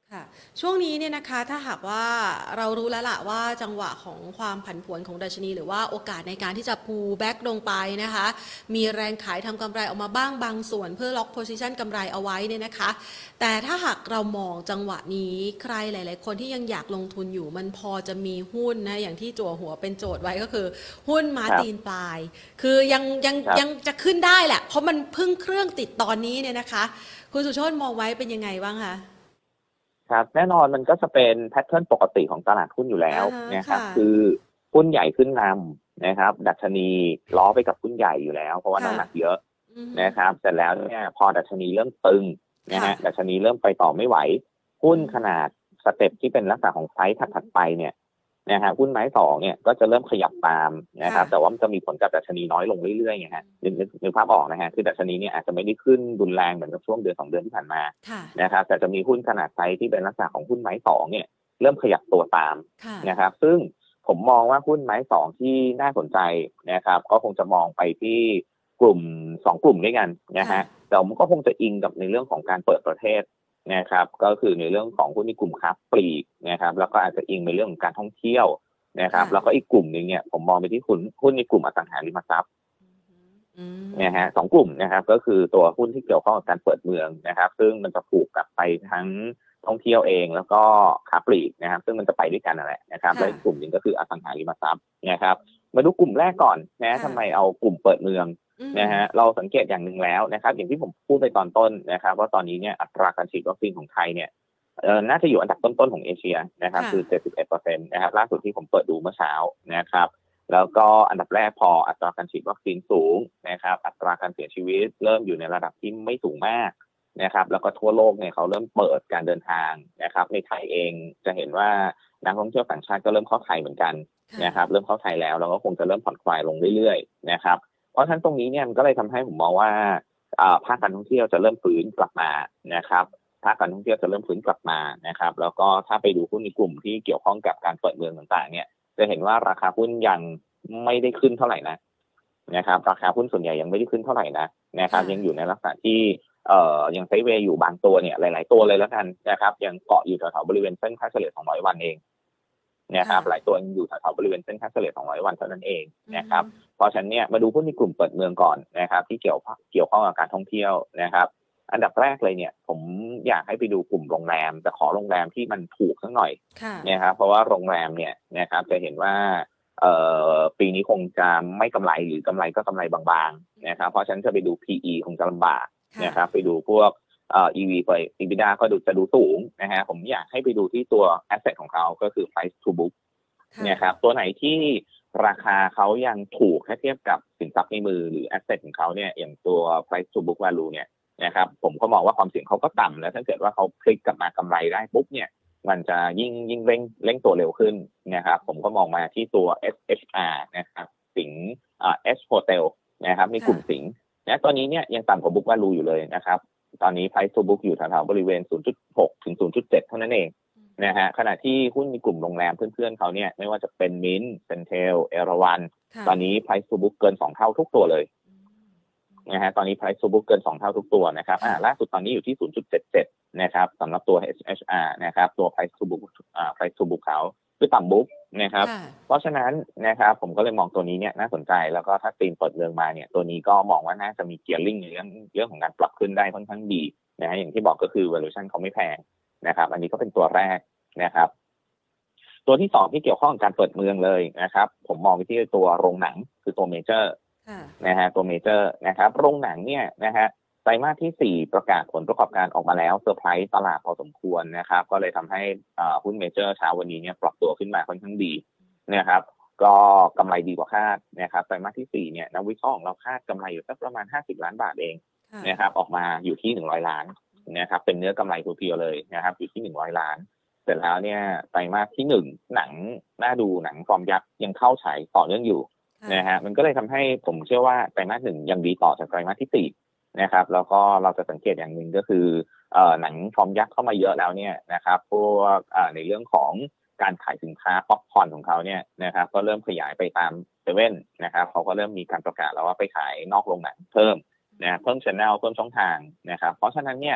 Speaker 1: ค่ะช่วงนี้เนี่ยนะคะถ้าหากว่าเรารู้แล้วล่ะว่าจังหวะของความผันผวนของดัชนีหรือว่าโอกาสในการที่จะ pull back ลงไปนะคะมีแรงขายทำกำไรออกมาบ้างบางส่วนเพื่อล็อก position กำไรเอาไว้เนี่ยนะคะแต่ถ้าหากเรามองจังหวะนี้ใครหลายๆคนที่ยังอยากลงทุนอยู่มันพอจะมีหุ้นนะอย่างที่จั่วหัวเป็นโจทย์ไว้ก็คือหุ้นม้าตีนปลายคือยังยังยังจะขึ้นได้แหละเพราะมันเพิ่งเครื่องติดตอนนี้เนี่ยนะคะคุณสุโชติมองไว้เป็นยังไงบ้างคะ
Speaker 2: ครับแน่นอนมันก็จะเป็นแพทเทิร์นปกติของตลาดหุ้นอยู่แล้วนะครับคือหุ้นใหญ่ขึ้นนำนะครับดัชนีล้อไปกับหุ้นใหญ่อยู่แล้วเพราะว่าน้ำหนักเยอะนะครับเสร็จแล้วเนี่ยพอดัชนีเริ่มตึงนะฮะดัชนีเริ่มไปต่อไม่ไหวหุ้นขนาดสเต็ปที่เป็นลักษณะของไซส์ถัดๆไปเนี่ยนะฮะหุ้นไม้สองเนี่ยก็จะเริ่มขยับตามนะครับแต่ว่ามันจะมีผลกับดัชนีน้อยลงเรื่อยๆไงฮะนึกนึกภาพออกนะฮะคือดัชนีเนี่ยอาจจะไม่ได้ขึ้นรุนแรงเหมือนกับช่วงเดือนสองเดือนที่ผ่านมานะครับแต่จะมีหุ้นขนาดไซส์ที่เป็นลักษณะของหุ้นไม้สองเนี่ยเริ่มขยับตัวตามนะครับซึ่งผมมองว่าหุ้นไม้สองที่น่าสนใจนะครับก็คงจะมองไปที่กลุ่มสองกลุ่มด้วยกันนะฮะแต่มันก็คงจะอิงกับในเรื่องของการเปิดประเทศนะครับก็คือในเรื่องของหุ้นในกลุ่มค้าปลีกนะครับแล้วก็อาจจะอิงในเรื่องของการท่องเที่ยวนะครับแล้วก็อีกกลุ่มนึงเนี่ยผมมองไปที่หุ้นหุ้นในกลุ่มอสังหาริมทรัพย์นะฮะสองกลุ่มนะครับก็คือตัวหุ้นที่เกี่ยวข้องกับการเปิดเมืองนะครับซึ่งมันจะผูกกับไปทั้งท่องเที่ยวเองแล้วก็ค้าปลีกนะครับซึ่งมันจะไปด้วยกันนั่นแหละนะครับและอีกกลุ่มนึงก็คืออสังหาริมทรัพย์นะครับมาดูกลุ่มแรกก่อนนะทำไมเอากลุ่มเปิดเมืองนะฮะเราสังเกตอย่างหนึ่งแล้วนะครับอย่างที่ผมพูดไปตอนต้นนะครับว่าตอนนี้เนี่ยอัตราการฉีดวัคซีนของไทยเนี่ยเอ่อน่าจะอยู่อันดับต้นๆของเอเชียนะครับคือ เจ็ดสิบเอ็ดเปอร์เซ็นต์ นะครับล่าสุดที่ผมเปิดดูเมื่อเช้านะครับแล้วก็อันดับแรกพออัตราการฉีดวัคซีนสูงนะครับอัตราการเสียชีวิตเริ่มอยู่ในระดับที่ไม่สูงมากนะครับแล้วก็ทั่วโลกเนี่ยเขาเริ่มเปิดการเดินทางนะครับในไทยเองจะเห็นว่านักท่องเที่ยวต่างชาติก็เริ่มเข้าไทยเหมือนกันนะครับเริ่มเข้าไทยแล้วแล้วก็คงจะเริ่มผ่อนคลายลงเรื่อยๆนะครับเพราะฉะนั้นตรงนี้เนี่ยมันก็เลยทำให้ผมมองว่าภาคการท่องเที่ยวจะเริ่มฟื้นกลับมานะครับภาคการท่องเที่ยวจะเริ่มฟื้นกลับมานะครับแล้วก็ถ้าไปดูหุ้นในกลุ่มที่เกี่ยวข้องกับการเปิดเมืองต่างๆเนี่ยจะเห็นว่าราคาหุ้นยังไม่ได้ขึ้นเท่าไหร่นะนะครับราคาหุ้นส่วนใหญ่ยังไม่ได้ขึ้นเท่าไหร่นะนะครับยังอยู่ในลักษณะที่เอ่อยังไซด์เวย์อยู่บางตัวเนี่ยหลายๆตัวเลยแล้วกันนะครับยังเกาะอยู่แถวๆบริเวณเส้นค่าเฉลี่ยสองร้อยวันเองนะครับหลายตัวยังอยู่แถวๆบริเวณเส้นค่าเฉลี่ยสองร้อยวันเท่านั้นเองนะครับเพราะฉะนั้นเนี่ยมาดูหุ้นในกลุ่มเปิดเมืองก่อนนะครับที่เกี่ยวเกี่ยวข้องกับการท่องเที่ยวนะครับอันดับแรกเลยเนี่ยผมอยากให้ไปดูกลุ่มโรงแรมแต่ขอโรงแรมที่มันถูกสักหน่อยนะครับเพราะว่าโรงแรมเนี่ยนะครับจะเห็นว่าเอ่อปีนี้คงจะไม่กำไรหรือกำไรก็กำไรบางๆนะครับเพราะฉะนั้นจะไปดู พี อี คงจะลำบากนะครับไปดูพวกเอ่อ อี วี ไป EBITDA ก็ดูจะดูสูงนะฮะผมอยากให้ไปดูที่ตัว asset ของเขาก็คือ price to book นะครับตัวไหนที่ราคาเขายังถูกถ้าเทียบกับสินทรัพย์ในมือหรือ asset ของเขาเนี่ยอย่างตัว price to book value เนี่ยนะครับผมก็มองว่าความเสี่ยงเขาก็ต่ำแล้วถ้าเกิดว่าเขาพลิกกลับมากำไรได้ปุ๊บเนี่ยมันจะยิ่งยิ่งเร่งเร่งตัวเร็วขึ้นนะครับผมก็มองมาที่ตัว เอส เอช อาร์ นะครับสิงห์อ่า S Hotel นะครับในกลุ่มสิงห์นะตอนนี้เนี่ยยังต่ำกว่า book value อยู่เลยนะครับตอนนี้ price to book อยู่แถวๆบริเวณ ศูนย์จุดหก ถึง ศูนย์จุดเจ็ด เท่านั้นเองนะฮะขณะที่หุ้นในกลุ่มโรงแรมเพื่อนๆเขาเนี่ยไม่ว่าจะเป็นมิ้นท์เซนเทลเอราวันตอนนี้ price to book เกินสองเท่าทุกตัวเลยนะฮะตอนนี้ price to book เกินสองเท่าทุกตัวนะครับอ่าล่าสุดตอนนี้อยู่ที่ ศูนย์จุดเจ็ดเจ็ด นะครับสำหรับตัว เอส เอช อาร์ นะครับตัว price to book อ่า price to book เขาคือต่ำบุ๊กนะครับเพราะฉะนั้นนะครับผมก็เลยมองตัวนี้เนี่ยน่าสนใจแล้วก็ถ้าตีมเปิดเมืองมาเนี่ยตัวนี้ก็มองว่าน่าจะมีเกียร์ลิงในเรื่องเรื่องของการปรับขึ้นได้ค่อนข้างดีนะฮะอย่างที่บอกก็คือ valuation เขาไม่แพงนะครับอันนี้ก็เป็นตัวแรกนะครับตัวที่สองที่เกี่ยวข้องกับการเปิดเมืองเลยนะครับผมมองไปที่ตัวโรงหนังคือตัวเมเจอร์นะฮะตัวเมเจอร์นะครับโรงหนังเนี่ยนะฮะไตรมาสที่สี่ประกาศผลประกอบการออกมาแล้วเซอร์ไพรส์ตลาดพอสมควรนะครับก็เลยทำให้หุ้นเมเจอร์เช้าวันนี้เนี่ยปรับตัวขึ้นมาค่อนข้างดีนะครับก็กำไรดีกว่าคาดนะครับไตรมาสที่สี่เนี่ยนักวิเคราะห์ของเราคาดกำไรอยู่สักประมาณห้าสิบล้านบาทเองนะครับออกมาอยู่ที่หนึ่งร้อยล้านนะครับเป็นเนื้อกำไรเพียวๆเลยนะครับอยู่ที่หนึ่งร้อยล้านเสร็จแล้วเนี่ยไตรมาสที่หนึ่งหนังน่าดูหนังฟอร์มยักษ์ยังเข้าฉายต่อเนื่องอยู่นะฮะมันก็เลยทำให้ผมเชื่อว่าไตรมาสหนึ่งยังดีต่อจากไตรมาสที่สี่นะครับแล้วก็เราจะสังเกตอย่างหนึ่งก็คือเอ่อหนังฟอร์มยักษ์เข้ามาเยอะแล้วเนี่ยนะครับพวกเอ่อในเรื่องของการขายสินค้าป๊อปคอร์นของเขาเนี่ยนะครับก็เริ่มขยายไปตามเซเว่นนะครับเขาก็เริ่มมีการประกาศแล้วว่าไปขายนอกโรงหนังเพิ่มนะเพิ่ม channel เพิ่มช่องทางนะครับเพราะฉะนั้นเนี่ย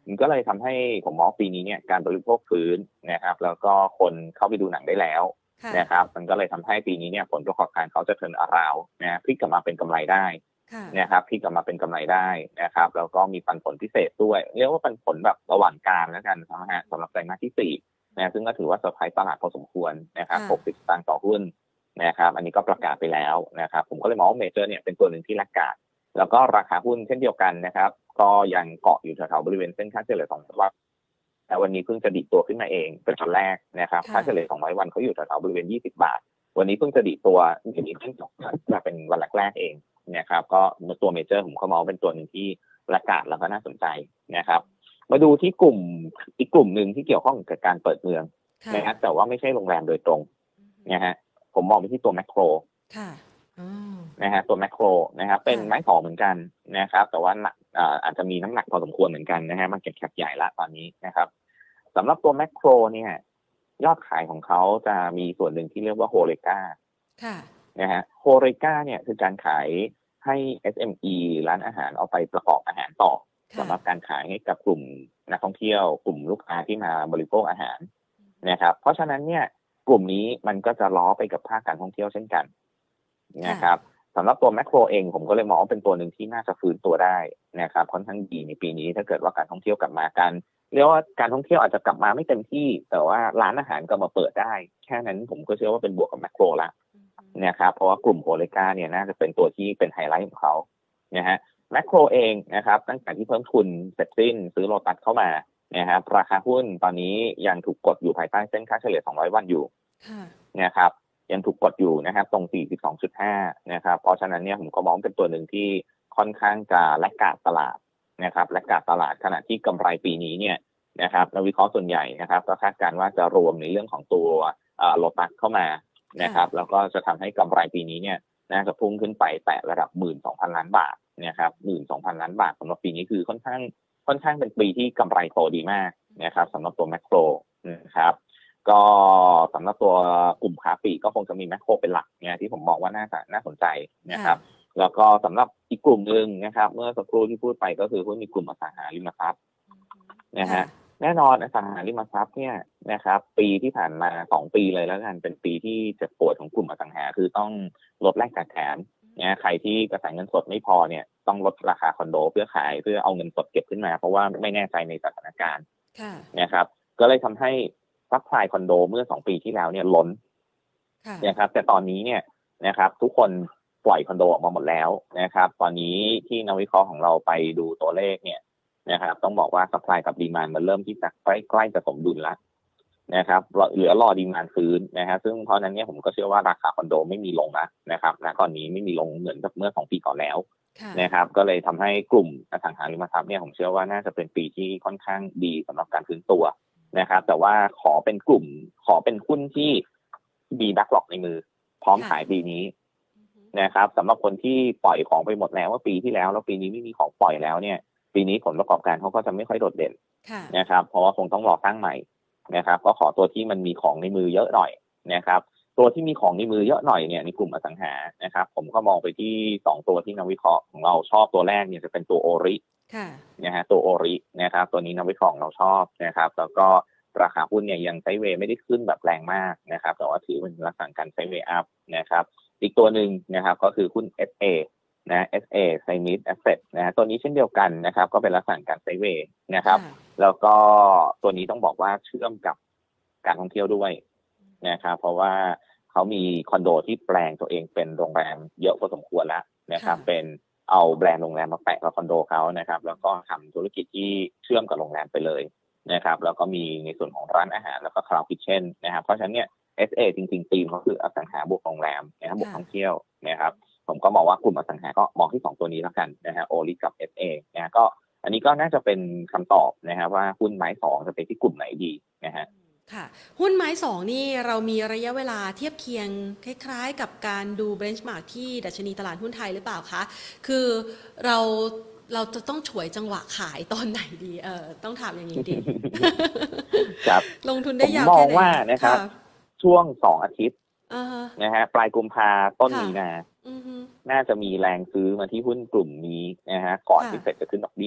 Speaker 2: มันก็เลยทำให้ผมมองปีนี้เนี่ยการบริโภคฟื้นนะครับแล้วก็คนเข้าไปดูหนังได้แล้วนะครับมันก็เลยทำให้ปีนี้เนี่ยผลประกอบการเขาจะเทิร์นอราวด์นะพลิกกลับมาเป็นกำไรได้นะครับพลิกกลับมาเป็นกำไรได้นะครับแล้วก็มีปันผลพิเศษด้วยเรียกว่าปันผลแบบระหว่างกลางแล้วกันนะฮะสำหรับไตรมาสที่สี่นะซึ่งก็ถือว่าเซอร์ไพรส์ตลาดพอสมควรนะครับหกสิบสตางค์ต่อหุ้นนะครับอันนี้ก็ประกาศไปแล้วนะครับผมก็เลยมองว่าเมเจอร์เนี่ยเป็นตัวหนึ่งที่แลกขาดแล้วก็ราคาหุ้นเช่นเดียวกันนะครับก็ยังเกาะอยู่แถวๆบริเวณเส้นค่าเฉลี่ยสองร้อยวันแต่วันนี้เพิ่งจะดิดตัวขึ้นมาเองเป็นวันแรกนะครับค่าเฉลี่ยสองร้อยวันเขาอยู่แถวๆบริเวณยี่สิบบาทวันนี้เพิ่งจะดิดตัวอย่างนี้ขึ้นมาเป็นวันแรกๆเองนะครับก็ตัวเมเจอร์ผมก็มองเป็นตัวนึงที่ประกาศแล้วก็น่าสนใจนะครับมาดูที่กลุ่มอีกกลุ่มนึงที่เกี่ยวข้องกับการเปิดเมืองนะครับแต่ว่าไม่ใช่โรงแรมโดยตรงนะฮะผมมองไปที่ตัวแมคโครนะฮะตัวแมคโครนะครับเป็นไม้ขอเหมือนกันนะครับแต่ว่าอาจจะมีน้ำหนักพอสมควรเหมือนกันนะฮะมันเก็ตแคปใหญ่ละตอนนี้นะครับสำหรับตัวแมคโครเนี่ยยอดขายของเขาจะมีส่วนหนึ่งที่เรียกว่าโฮเรกานะฮะโฮเรกาเนี่ยคือการขายให้ เอส เอ็ม อี ร้านอาหารเอาไปประกอบอาหารต่อสำหรับการขายให้กับกลุ่มนักท่องเที่ยวกลุ่มลูกค้าที่มาบริโภคอาหารนะครับเพราะฉะนั้นเนี่ยกลุ่มนี้มันก็จะล้อไปกับภาคการท่องเที่ยวเช่นกันนะครับสำหรับตัวแมคโครเองผมก็เลยมองว่าเป็นตัวหนึ่งที่น่าจะฟื้นตัวได้นะครับค่อนข้างดีในปีนี้ถ้าเกิดว่าการท่องเที่ยวกลับมากันเรียกว่าการท่องเที่ยวอาจจะกลับมาไม่เต็มที่แต่ว่าร้านอาหารก็มาเปิดได้แค่นั้นผมก็เชื่อว่าเป็นบวกกับแมคโครละนะครับเพราะว่ากลุ่มโฮเรกาเนี่ยน่าจะเป็นตัวที่เป็นไฮไลท์ของเขานะฮะแมคโครเองนะครับตั้งแต่ที่เพิ่มทุนเสร็จสิ้นซื้อโลตัสเข้ามานะครับราคาหุ้นตอนนี้ยังถูกกดอยู่ภายใต้เส้นค่าเฉลี่ยสองร้อยวันอยู่นะครับยังถูกกดอยู่นะครับตรง สี่สิบสองจุดห้า นะครับเพราะฉะนั้นเนี่ยผมก็มองเป็นตัวหนึ่งที่ค่อนข้างจะแลกขาดตลาดนะครับแลกขาดตลาดขณะที่กำไรปีนี้เนี่ยนะครับนักวิเคราะห์ส่วนใหญ่นะครับก็คาดการณ์ว่าจะรวมในเรื่องของตัวโลตัสเข้ามานะครับแล้วก็จะทำให้กำไรปีนี้เนี่ยน่าจะพุ่งขึ้นไปแตะระดับ หนึ่งหมื่นสองพัน ล้านบาทนะครับ หนึ่งหมื่นสองพัน ล้านบาทสำหรับปีนี้คือค่อนข้างค่อนข้างเป็นปีที่กำไรโตดีมากนะครับสำหรับตัวแมคโครนะครับก็สำหรับตัวกลุ่มค้าปลีกก็คงจะมีแมคโครเป็นหลักเนี่ยที่ผมมองว่าน่าจะน่าสนใจนะครับแล้วก็สำหรับอีกกลุ่มนึงนะครับเมื่อสักครู่ที่พูดไปก็คือหุ้นในกลุ่มอสังหาริมทรัพย์นะฮะแน่นอนอสังหาริมทรัพย์เนี่ยนะครับปีที่ผ่านมาสองปีเลยแล้วกันเป็นปีที่เจ็บปวดของกลุ่มอสังหาคือต้องลดแลกขาดแถมเนี่ยใครที่กระแสเงินสดไม่พอเนี่ยต้องลดราคาคอนโดเพื่อขายเพื่อเอาเงินสดเก็บขึ้นมาเพราะว่าไม่แน่ใจในสถานการณ์นะครับก็เลยทำให้ซัพพลายคอนโดเมื่อสองปีที่แล้วเนี่ยล้นนะครับแต่ตอนนี้เนี่ยนะครับทุกคนปล่อยคอนโดออกมาหมดแล้วนะครับตอนนี้ที่นักวิเคราะห์ของเราไปดูตัวเลขเนี่ยนะครับต้องบอกว่าซัพพลายกับดีมานด์มันเริ่มที่จะใกล้ใกล้จะสมดุลแล้วนะครับเหลือรอดีมานด์ฟื้นนะฮะซึ่งเพราะนั้นเนี่ยผมก็เชื่อว่าราคาคอนโดไม่มีลงแล้วนะครับณตอนนี้ไม่มีลงเหมือนกับเมื่อสองปีก่อนแล้วนะครับก็เลยทำให้กลุ่มอสังหาริมทรัพย์เนี่ยผมเชื่อว่าน่าจะเป็นปีที่ค่อนข้างดีสำหรับการฟื้นตัวนะครับแต่ว่าขอเป็นกลุ่มขอเป็นหุ้นที่มีแบ็คล็อกในมือพร้อมขายปีนี้นะครับสำหรับคนที่ปล่อยของไปหมดแล้วว่าปีที่แล้วแล้วปีนี้ไม่มีของปล่อยแล้วเนี่ยปีนี้ผลประกอบการเขาก็จะไม่ค่อยโดดเด่นนะครับเพราะว่าคงต้องรอตั้งใหม่นะครับก็ขอตัวที่มันมีของในมือเยอะหน่อยนะครับตัวที่มีของในมือเยอะหน่อยเนี่ยในกลุ่มอสังหานะครับผมก็มองไปที่สองตัวที่นักวิเคราะห์ของเราชอบตัวแรกเนี่ยจะเป็นตัวโอรินะฮะตัวโอรินะครับตัวนี้นักวิเคราะห์เราชอบนะครับแล้วก็ราคาหุ้นเนี่ยยังไซด์เวย์ไม่ได้ขึ้นแบบแรงมากนะครับแต่ว่าถือเป็นลักษณะการไซด์เวย์อัพนะครับอีกตัวหนึ่งนะครับก็คือหุ้น เอส เอ นะ เอส เอ Chinese Asset นะฮะตัวนี้เช่นเดียวกันนะครับก็เป็นลักษณะการไซด์เวย์นะครับแล้วก็ตัวนี้ต้องบอกว่าเชื่อมกับการท่องเที่ยวด้วยนะครับเพราะว่าเขามีคอนโดที่แปลงตัวเองเป็นโรงแรมเยอะพอสมควรแล้วนะครับเป็นเอาแบรนด์โรงแรมมาแปะกับคอนโดเขานะครับแล้วก็ทำธุรกิจที่เชื่อมกับโรงแรมไปเลยนะครับแล้วก็มีในส่วนของร้านอาหารแล้วก็คลาวด์คิทเช่นนะครับเพราะฉะนั้นเนี่ย เอส เอ จริงๆธีมเขาคืออสังหาบวกโรงแรมนะครับบวกท่องเที่ยวนะครับผมก็มองว่ากลุ่มอสังหาก็มองที่สองตัวนี้แล้วกันนะฮะโอลิกับ เอส เอ นะก็อันนี้ก็น่าจะเป็นคำตอบนะครับว่าหุ้นไม้สองจะไปที่กลุ่มไหนดีนะฮะ
Speaker 1: ค่ะหุ้นไม้สองนี่เรามีระยะเวลาเทียบเคียงคล้ายๆกับการดูเบนช์มาร์กที่ดัชนีตลาดหุ้นไทยหรือเปล่าคะคือเราเราจะต้องฉวยจังหวะขายตอนไหนดีเออต้องถามอย่างนี้ดี
Speaker 2: ครับ
Speaker 1: ลงทุนได้ยาว
Speaker 2: แค่ไหนผมมองว่านะครับช่วงสองอาทิตย์นะฮะปลายกุมภาต้นมีนาน่าจะมีแรงซื้อมาที่หุ้นกลุ่มนี้นะฮะก่อนที่เฟดจะขึ้นดอกเบี้ย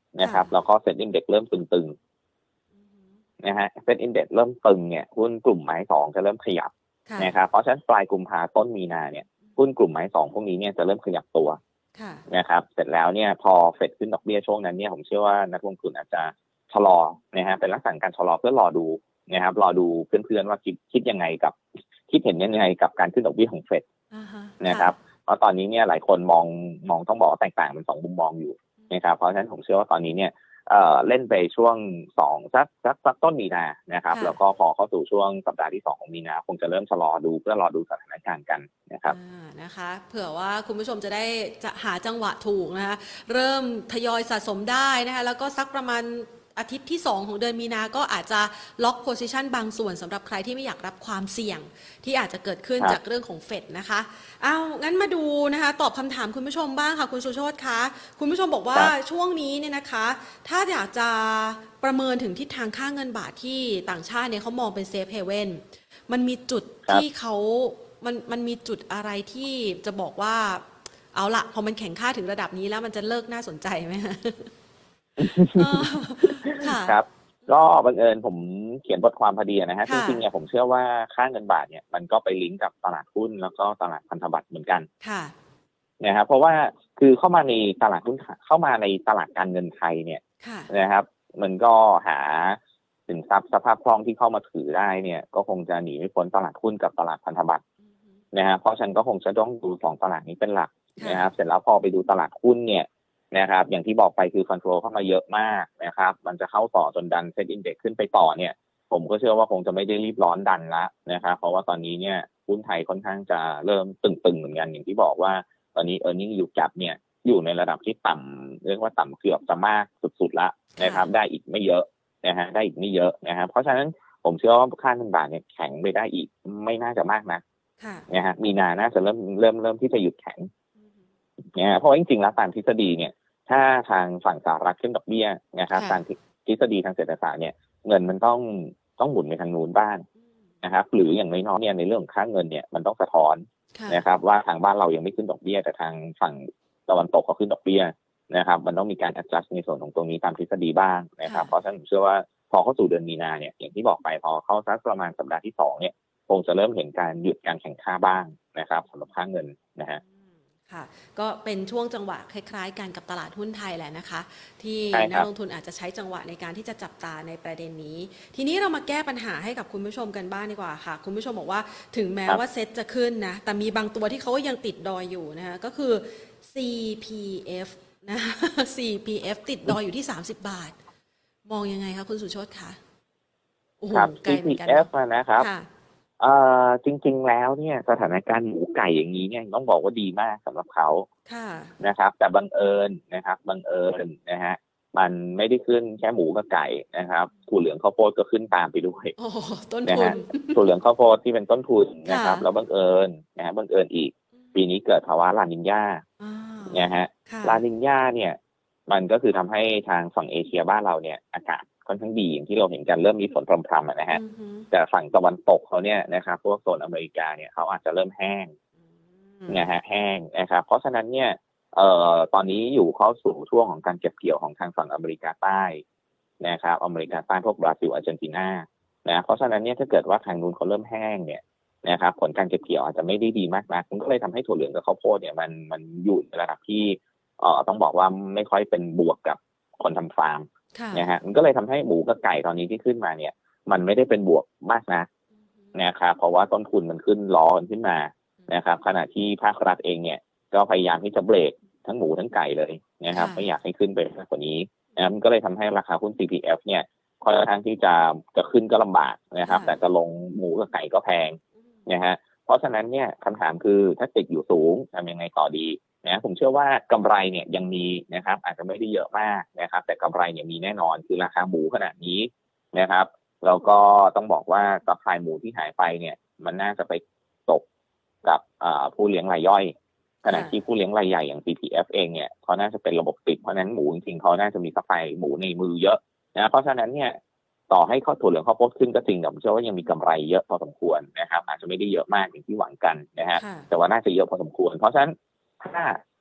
Speaker 2: นะครับแล้วก็เซ็ตอินเด็กซ์เริ่มตึงๆนะฮะเซ็ตอินเด็กซ์เริ่มตึงเนี่ยหุ้นกลุ่มไม้สองจะเริ่มขยับนะครับเพราะฉะนั้นปลายกุมภาต้นมีนาเนี่ยหุ้นกลุ่มไม้สองพวกนี้เนี่ยจะเริ่มขยับตัวนะครับเสร็จแล้วเนี่ยพอเฟดขึ้นดอกเบี้ยช่วงนั้นเนี่ยผมเชื่อว่านักลงทุนอาจจะชะลอนะฮะเป็นลักษณะการชะลอเพื่อรอดูนะครับรอดูเพื่อนๆว่าคิดคิดยังไงกับคิดเห็นยังไงกับการขึ้นดอกเบี้ยของเฟดนะครับเพราะตอนนี้เนี่ยหลายคนมองมองต้องบอกว่าแตกต่างเป็นสองมุมมองอยู่นะครับเพราะฉะนั้นผมเชื่อว่าตอนนี้เนี่ยเอ่อเล่นไปช่วงสองสักสักสักต้นมีนานะครับแล้วก็พอเข้าสู่ช่วงสัปดาห์ที่สองของมีนาคงจะเริ่มชะลอดูเพื่อรอดูสถานการณ์กันนะครับ
Speaker 1: นะคะเผื่อว่าคุณผู้ชมจะได้จะหาจังหวะถูกนะคะเริ่มทยอยสะสมได้นะคะแล้วก็สักประมาณอาทิตย์ที่สองของเดือนมีนาก็อาจจะล็อกโพซิชันบางส่วนสำหรับใครที่ไม่อยากรับความเสี่ยงที่อาจจะเกิดขึ้นจากเรื่องของเฟดนะคะเอางั้นมาดูนะคะตอบคำถามคุณผู้ชมบ้างค่ะคุณสุโชติคะคุณผู้ชมบอกว่าช่วงนี้เนี่ยนะคะถ้าอยากจะประเมินถึงทิศทางค่าเงินบาทที่ต่างชาติเนี่ยเขามองเป็นเซฟเฮเว่นมันมีจุดที่เขามันมันมีจุดอะไรที่จะบอกว่าเอาละพอมันแข็งค่าถึงระดับนี้แล้วมันจะเลิกน่าสนใจไหมคะ
Speaker 2: ครับก็บังเอิญผมเขียนบทความพอดีนะฮะจริงๆเนี่ยผมเชื่อว่าค่าเงินบาทเนี่ยมันก็ไปลิงก์กับตลาดหุ้นแล้วก็ตลาดพันธบัตรเหมือนกันนะครับเพราะว่าคือเข้ามาในตลาดหุ้นเข้ามาในตลาดการเงินไทยเนี่ยนะครับมันก็หาสินทรัพย์สภาพคล่องที่เข้ามาถือได้เนี่ยก็คงจะหนีไม่พ้นตลาดหุ้นกับตลาดพันธบัตรนะฮะเพราะฉะนั้นก็คงจะต้องดูสองตลาดนี้เป็นหลักนะครับเสร็จแล้วพอไปดูตลาดหุ้นเนี่ยนะครับอย่างที่บอกไปคือฟันโฟลเข้ามาเยอะมากนะครับมันจะเข้าต่อจนดันเซ็ตอินเด็กซ์ขึ้นไปต่อเนี่ยผมก็เชื่อว่าคงจะไม่ได้รีบร้อนดันละนะครับเพราะว่าตอนนี้เนี่ยหุ้นไทยค่อนข้างจะเริ่มตึงๆเหมือนกันอย่างที่บอกว่าตอนนี้ earning yield gap เนี่ยอยู่ในระดับที่ต่ำเรียกว่าต่ำเกือบจะมากสุดๆละนะครับได้อีกไม่เยอะนะฮะได้อีกไม่เยอะนะครับเพราะฉะนั้นผมเชื่อว่าค่าเงินบาทเนี่ยแข็งไปได้อีกไม่น่าจะมากนักนะฮะมีนาน่าจะเริ่มเริ่มเริ่มที่จะหยุดแข็งเนี่ยเพราะจริงๆแล้วตามทฤษฎีเนี่ยถ้าทางฝั่งสหรัฐขึ้นดอกเบี้ยนะครับตามทฤษฎีทางเศรษฐศาสตร์เนี่ยเงินมันต้องต้องหมุนไปทางนู้นบ้างนะครับหรืออย่างน้อยๆเนี่ยในเรื่องของค่าเงินเนี่ยมันต้องสะท้อนนะครับว่าทางบ้านเรายังไม่ขึ้นดอกเบี้ยแต่ทางฝั่งตะวันตกเขาขึ้นดอกเบี้ยนะครับมันต้องมีการ adjust ในส่วนของตรงนี้ตามทฤษฎีบ้างนะครับเพราะฉะนั้นผมเชื่อว่าพอเข้าสู่เดือนมีนาเนี่ยอย่างที่บอกไปพอเข้าสักประมาณสัปดาห์ที่สองเนี่ยคงจะเริ่มเห็นการหยุดการแข่งค่าบ้างนะครับสำหรับค่าเงินนะฮะ
Speaker 1: ค่ะก็เป็นช่วงจังหวะคล้ายๆกันกับตลาดหุ้นไทยแหละนะคะที่นักลงทุนอาจจะใช้จังหวะในการที่จะจับตาในประเด็นนี้ทีนี้เรามาแก้ปัญหาให้กับคุณผู้ชมกันบ้างดีกว่าค่ะคุณผู้ชมบอกว่าถึงแม้ว่าเซ็ตจะขึ้นนะแต่มีบางตัวที่เขาก็ยังติดดอยอยู่นะคะก็คือ ซี พี เอฟ นะ ซี พี เอฟ ติดดอยอยู่ที่สามสิบบาทมองยังไงคะคุณสุโชติคะ
Speaker 2: โอ้โหไกลเหมือนกันนะครับเอ่อจริงๆแล้วเนี่ยสถานการณ์หมูไก่อย่างนี้เนี่ยต้องบอกว่าดีมากสำหรับเขานะครับแต่บังเอิญนะครับบังเอิญนะฮะมันไม่ได้ขึ้นแค่หมูกับไก่นะครับถั่วเหลืองข้าวโพดก็ขึ้นตามไปด้วยนะฮะถั่วเหลืองข้าวโพดที่เป็นต้นทุนนะครับแล้วบังเอิญนะฮะบังเอิญอีกปีนี้เกิดภาวะลานิญญาเนี่ยฮะลานิญญาเนี่ยมันก็คือทำให้ทางฝั่งเอเชียบ้านเราเนี่ยอากาศค่อนข้างดีอย่างที่เราเห็นกันเริ่มมีฝนพรำๆนะฮะแต่ฝั่งตะวันตกเขาเนี่ยนะครับพวกโซนอเมริกาเนี่ยเขาอาจจะเริ่มแห้งนะฮะแห้งนะครับเพราะฉะนั้นเนี่ยเอ่อตอนนี้อยู่เข้าสู่ช่วงของการเก็บเกี่ยวของทางฝั่งอเมริกาใต้นะครับอเมริกาใต้พวกบราซิลอาร์เจนตินานะเพราะฉะนั้นเนี่ยถ้าเกิดว่าทางนู้นเขาเริ่มแห้งเนี่ยนะครับผลการเก็บเกี่ยวอาจจะไม่ได้ดีมากนักมันก็เลยทำให้ถั่วเหลืองกับข้าวโพดเนี่ยมันมันอยู่ในระดับที่เอ่อต้องบอกว่าไม่ค่อยเป็นบวกกับคนทำฟาร์มนะฮะมันก็เลยทำให้หมูกับไก่ตอนนี้ที่ขึ้นมาเนี่ยมันไม่ได้เป็นบวกมากนะนะครับเพราะว่าต้นทุนมันขึ้นล้อขึ้นมานะครับขณะที่ภาครัฐเองเนี่ยก็พยายามที่จะเบรกทั้งหมูทั้งไก่เลยนะครับไม่อยากให้ขึ้นไปมากกว่านี้นะมันก็เลยทำให้ราคาหุ้น ซี พี เอฟ เนี่ยค่อนข้างที่จะจะขึ้นก็ลำบากนะครับแต่จะลงหมูกับไก่ก็แพงนะฮะเพราะฉะนั้นเนี่ยคำถามคือถ้าติดอยู่สูงทำยังไงต่อดีนะผมเชื่อว่ากำไรเนี่ยยังมีนะครับอาจจะไม่ได้เยอะมากนะครับแต่กำไรเนี่ยมีแน่นอนคือราคาหมูขนาดนี้นะครับแล้วก็ต้องบอกว่าซัพพลายหมูที่หายไปเนี่ยมันน่าจะไปตกกับผู้เลี้ยงรายย่อยขณะที่ผู้เลี้ยงรายใหญ่อย่าง ซี พี เอฟ เองเนี่ยเขาน่าจะเป็นระบบปิดเพราะนั้นหมูจริงๆเขาน่าจะมีซัพพลายหมูในมือเยอะนะเพราะฉะนั้นเนี่ยต่อให้ข้าวถั่วเหลืองข้าวโพดขึ้นก็จริงแต่ผมเชื่อว่ายังมีกำไรเยอะพอสมควรนะครับอาจจะไม่ได้เยอะมากอย่างที่หวังกันนะฮะแต่ว่าน่าจะเยอะพอสมควรเพราะฉะนั้นถ้า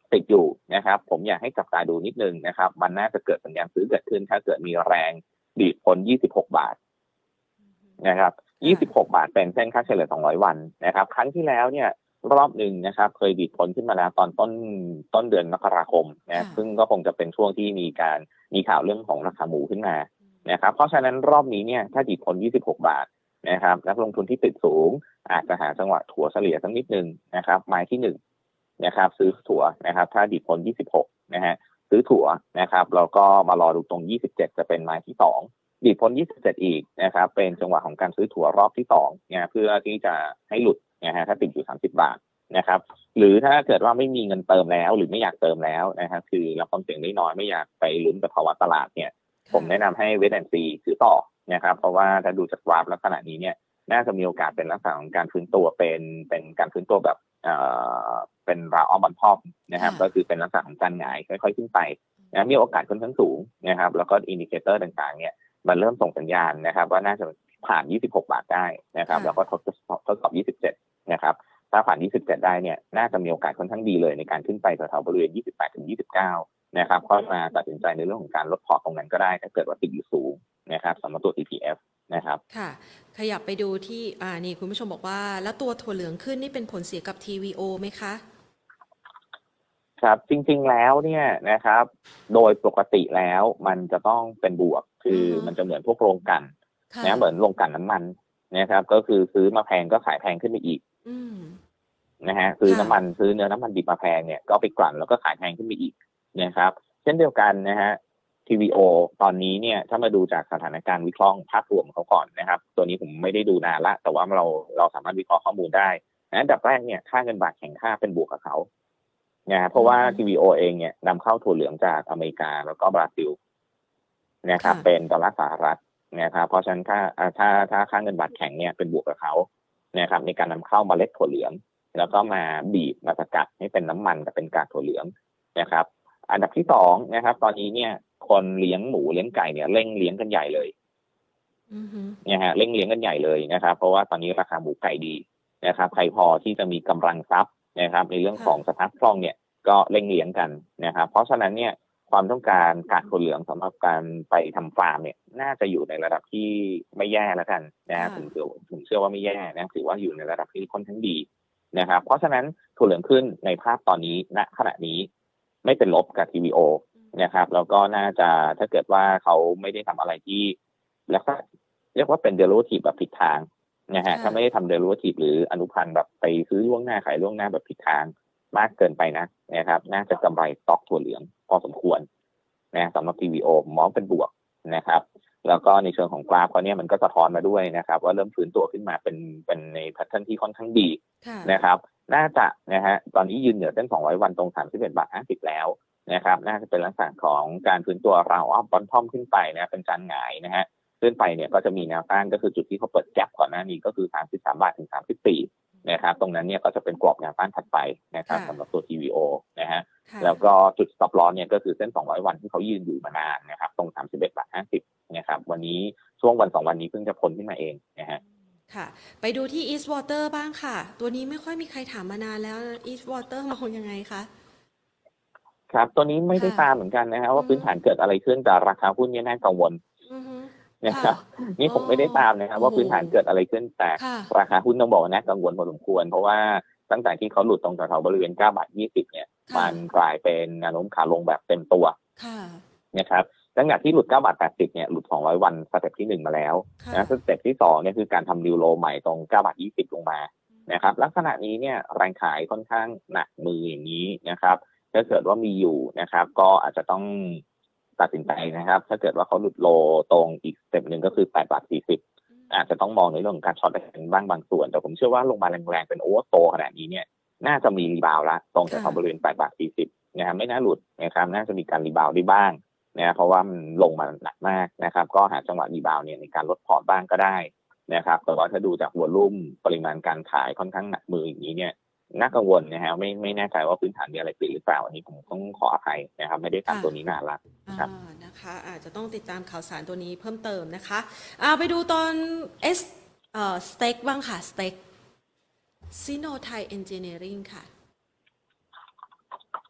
Speaker 2: ติดอยู่นะครับผมอยากให้จับตาดูนิดนึงนะครับมันน่าจะเกิดสัญญาณซื้อเกิดขึ้นถ้าเกิดมีแรงดีดพ้นยี่สิบหกบาทนะครับยี่สิบหกบาทเป็นเส้นค่าเฉลี่ยสองร้อยวันนะครับครั้งที่แล้วเนี่ยรอบหนึ่งนะครับเคยดีดพ้นขึ้นมาแล้วตอนต้นต้นเดือนมกราคมนะซึ่งก็คงจะเป็นช่วงที่มีการมีข่าวเรื่องของราคาหมูขึ้นมานะครับเพราะฉะนั้นรอบนี้เนี่ยถ้าดีดพ้นยี่สิบหกบาทนะครับนักลงทุนที่ติดสูงอาจจะหาจังหวะถัวเฉลี่ยสักนิดนึงนะครับไม้ที่หนึ่งนะครับซื้อถั่วนะครับถ้าดีดพ้นยี่สิบหกนะฮะซื้อถั่วนะครับแล้วก็มารอดูตรงยี่สิบเจ็ดจะเป็นไม้ที่สองดีดพ้นยี่สิบเจ็ดอีกนะครับเป็นจังหวะของการซื้อถั่วรอบที่สองเนี่ยเพื่อที่จะให้หลุดนะฮะถ้าติดอยู่สามสิบบาทนะครับหรือถ้าเกิดว่าไม่มีเงินเติมแล้วหรือไม่อยากเติมแล้วนะครับคือรับความเสี่ยงได้น้อยไม่อยากไปลุ้นกับภาวะตลาดเนี่ยผมแนะนำให้เวทแอนด์ซีซื้อต่อนะครับเพราะว่าถ้าดูจากกราฟลักษณะนี้เนี่ยน่าจะมีโอกาสเป็นลักษณะของการฟื้นตัวเป็นเป็นการฟื้นตัวแบบเอ่อเป็นราออมบันพอมนะครับก็คือเป็นลักษณะของการหงายค่อยๆขึ้นไปนะมีโอกาสค่อนข้างสูงนะครับแล้วก็อินดิเคเตอร์ต่างๆเนี่ยมันเริ่มส่งสัญญาณนะครับว่าน่าจะผ่านยี่สิบหกบาทได้นะครับแล้วก็ทดสอบทดสอบยี่สิบเจ็ดนะครับถ้าผ่านยี่สิบเจ็ดได้เนี่ยน่าจะมีโอกาสค่อนข้างดีเลยในการขึ้นไปแถวๆบริเวณยี่สิบแปดถึงยี่สิบเก้านะครับก็มาตัดสินใจในเรื่องของการลดพอร์ตตรงนั้นก็ได้ถ้าเกิดว่าติดอยู่สูงนะครับสำหรับตัว ที พี เอฟ นะครับ
Speaker 1: ค่ะขยับไปดูที่อ่านี่คุณผู้ชมบอกว่าแล้วตัวถั่วเหลืองขึ้นนี่เป็นผลเสียกับ ที วี โอ ไหมคะ
Speaker 2: ครับจริงๆแล้วเนี่ยนะครับโดยปกติแล้วมันจะต้องเป็นบวกคือมันจะเหมือนพวกโรงกลั่นนะเหมือนโรงกลั่นน้ำมันนะครับก็คือซื้อมาแพงก็ขายแพงขึ้นไปอีกนะฮะซื้อน้ำมันซื้อเนื้อน้ำมันดิบมาแพงเนี่ยก็ไปกลั่นแล้วก็ขายแพงขึ้นไปอีกนะครับเช่นเดียวกันนะฮะ ที วี โอ ตอนนี้เนี่ยถ้ามาดูจากสถานการณ์วิเคราะห์ภาพรวมเขาก่อนนะครับตัวนี้ผมไม่ได้ดูนานละแต่ว่าเราเราสามารถวิเคราะห์ข้อมูลได้อันดับแรกเนี่ยค่าเงินบาทแข็งค่าเป็นบวกกับเขานะเพราะว่า ที วี โอ เองเนี่ยนำเข้าถั่วเหลืองจากอเมริกาแล้วก็บราซิลนะครับเป็นดอลลาร์สหรัฐนะครับเพราะฉะนั้นถ้าถ้าถ้าค่าเงินบาทแข็งเนี่ยเป็นบวกกับเขานะครับในการนำเข้าเมล็ดถั่วเหลืองแล้วก็มาบีบมาสกัดให้เป็นน้ำมันกับเป็นกากถั่วเหลืองนะครับอันดับที่สองนะครับตอนนี้เนี่ยคนเลี้ยงหมูเลี้ยงไก่เนี่ยเร่งเลี้ยงกันใหญ่เลยเนี่ยฮะเร่งเลี้ยงกันใหญ่เลยนะครับเพราะว่าตอนนี้ราคาหมูไก่ดีนะครับใครพอที่จะมีกำลังทรัพย์นะครับในเรื่องของสภาพคล่องเนี่ยก็เร่งเลี้ยงกันนะครับเพราะฉะนั้นเนี่ยความต้องการกากถั่วเหลืองสำหรับการไปทำฟาร์มเนี่ยน่าจะอยู่ในระดับที่ไม่แย่แล้วกันนะผมเชื่อผมเชื่อว่าไม่แย่นะถือว่าอยู่ในระดับที่ค่อนข้างดีนะครับเพราะฉะนั้นถั่วเหลืองขึ้นในภาพตอนนี้ณขณะนี้ไม่เป็นลบกับ ที วี โอ นะครับแล้วก็น่าจะถ้าเกิดว่าเขาไม่ได้ทำอะไรที่แล้วก็เรียกว่าเป็นเดลิเวอรี่แบบผิดทางนะฮะถ้าไม่ได้ทำเดลิเวอรี่หรืออนุพันธ์แบบไปซื้อล่วงหน้าขายล่วงหน้าแบบผิดทางมากเกินไปนะนะครับน่าจะกำไรสต็อกถั่วเหลืองพอสมควรนะสำหรับ ที วี โอ มองเป็นบวกนะครับแล้วก็ในเชิงของกราฟเขาเนี่ยมันก็สะท้อนมาด้วยนะครับว่าเริ่มฟื้นตัวขึ้นมาเป็นเป็นในแพทเทิร์นที่ค่อนข้างดีนะครับน่าจะนะฮะตอนนี้ยืนเหนือเส้นสองร้อยวันตรงสามสิบเอ็ดบาทห้าสิบแล้วนะครับน่าจะเป็นลักษณะของการฟื้นตัวราวอัพบอนทอมขึ้นไปนะเป็นการหงายนะฮะขึ้นไปเนี่ยก็จะมีแนวต้านก็คือจุดที่เขาเปิดแก็ปก่อนหน้านี้ก็คือสามสิบสามบาทถึงสามสิบสี่นะครับตรงนั้นเนี่ยก็จะเป็นกรอบแนวต้านถัดไปนะครับสำหรับตัว ที วี โอ นะฮะแล้วก็จุด stop loss เนี่ยก็คือเส้นสองร้อยวันที่เขายืนอยู่มานานนะครับตรงสามสิบเอ็ดบาทห้าสิบนะครับวันนี้ช่วงวันสองวันนี้เพิ่งจะพ้นขึ้นมาเองนะฮะ
Speaker 1: ค่ะไปดูที่ Eastwater บ้างค่ะตัวนี้ไม่ค่อยมีใครถามมานานแล้ว Eastwater มองยังไงคะ
Speaker 2: ครับตัวนี้ไม่ได้ตามเหมือนกันนะครับว่าพื้นฐานเกิดอะไรขึ้นแต่ราคาหุ้นเนี่ยน่ากังวลนะครับนี่ผมไม่ได้ตามนะครับว่าพื้นฐานเกิดอะไรขึ้นแต่ราคาหุ้นต้องบอกว่าน่ากังวลพอสมควรเพราะว่าตั้งแต่ที่เขาหลุดตรงแถวๆบริเวณเก้าบาทยี่สิบเนี่ยมันกลายเป็นแนวโน้มขาลงแบบเต็มตัวนะครับตั้งแต่ที่หลุดเก้าบาทแปดสิบเนี่ยหลุดสองร้อยวันสเต็ปที่หนึ่งมาแล้วนะสเต็ปที่สองเนี่ยคือการทำนิวโลใหม่ตรงเก้าบาทยี่สิบลงมานะครับลักษณะนี้เนี่ยแรงขายค่อนข้างหนักมืออย่างนี้นะครับถ้าเกิดว่ามีอยู่นะครับก็อาจจะต้องตัดสินใจนะครับถ้าเกิดว่าเขาหลุดโลตรงอีกสเต็ปหนึ่งก็คือแปดบาทสี่สิบอาจจะต้องมองในเรื่องของการช็อตกันบ้างบางส่วนแต่ผมเชื่อว่าลงมาแรงๆเป็นโอเวอร์โตขนาดนี้เนี่ยน่าจะมีรีบาวละตรงแถวบริเวณแปดบาทสี่สิบนะครับไม่น่าหลุดนะครับน่าจะมีการรีบาวได้บ้างนะเพราะว่ามันลงมาหนักมากนะครับก็หาจังหวะรีบาวเนี่ยในการลดพอร์ตบ้างก็ได้นะครับแต่ว่าถ้าดูจากวอลลุ่มปริมาณการขายค่อนข้างหนักมืออย่างนี้เนี่ยน่ากังวลนะฮะไม่ไม่แน่ใจว่าพื้นฐานมีอะไรเปลี่ยนหรือเปล่าอันนี้ผมต้องขออภัยนะครับไม่ได้ตามตัวนี้นานละครับ
Speaker 1: นะคะอาจจะต้องติดตามข่าวสารตัวนี้เพิ่มเติมนะคะเอาไปดูตอน S เอ่อสเต็กบ้างค่ะสเต็กซิโนไทยเอนจิเนียริงค่ะ
Speaker 2: ค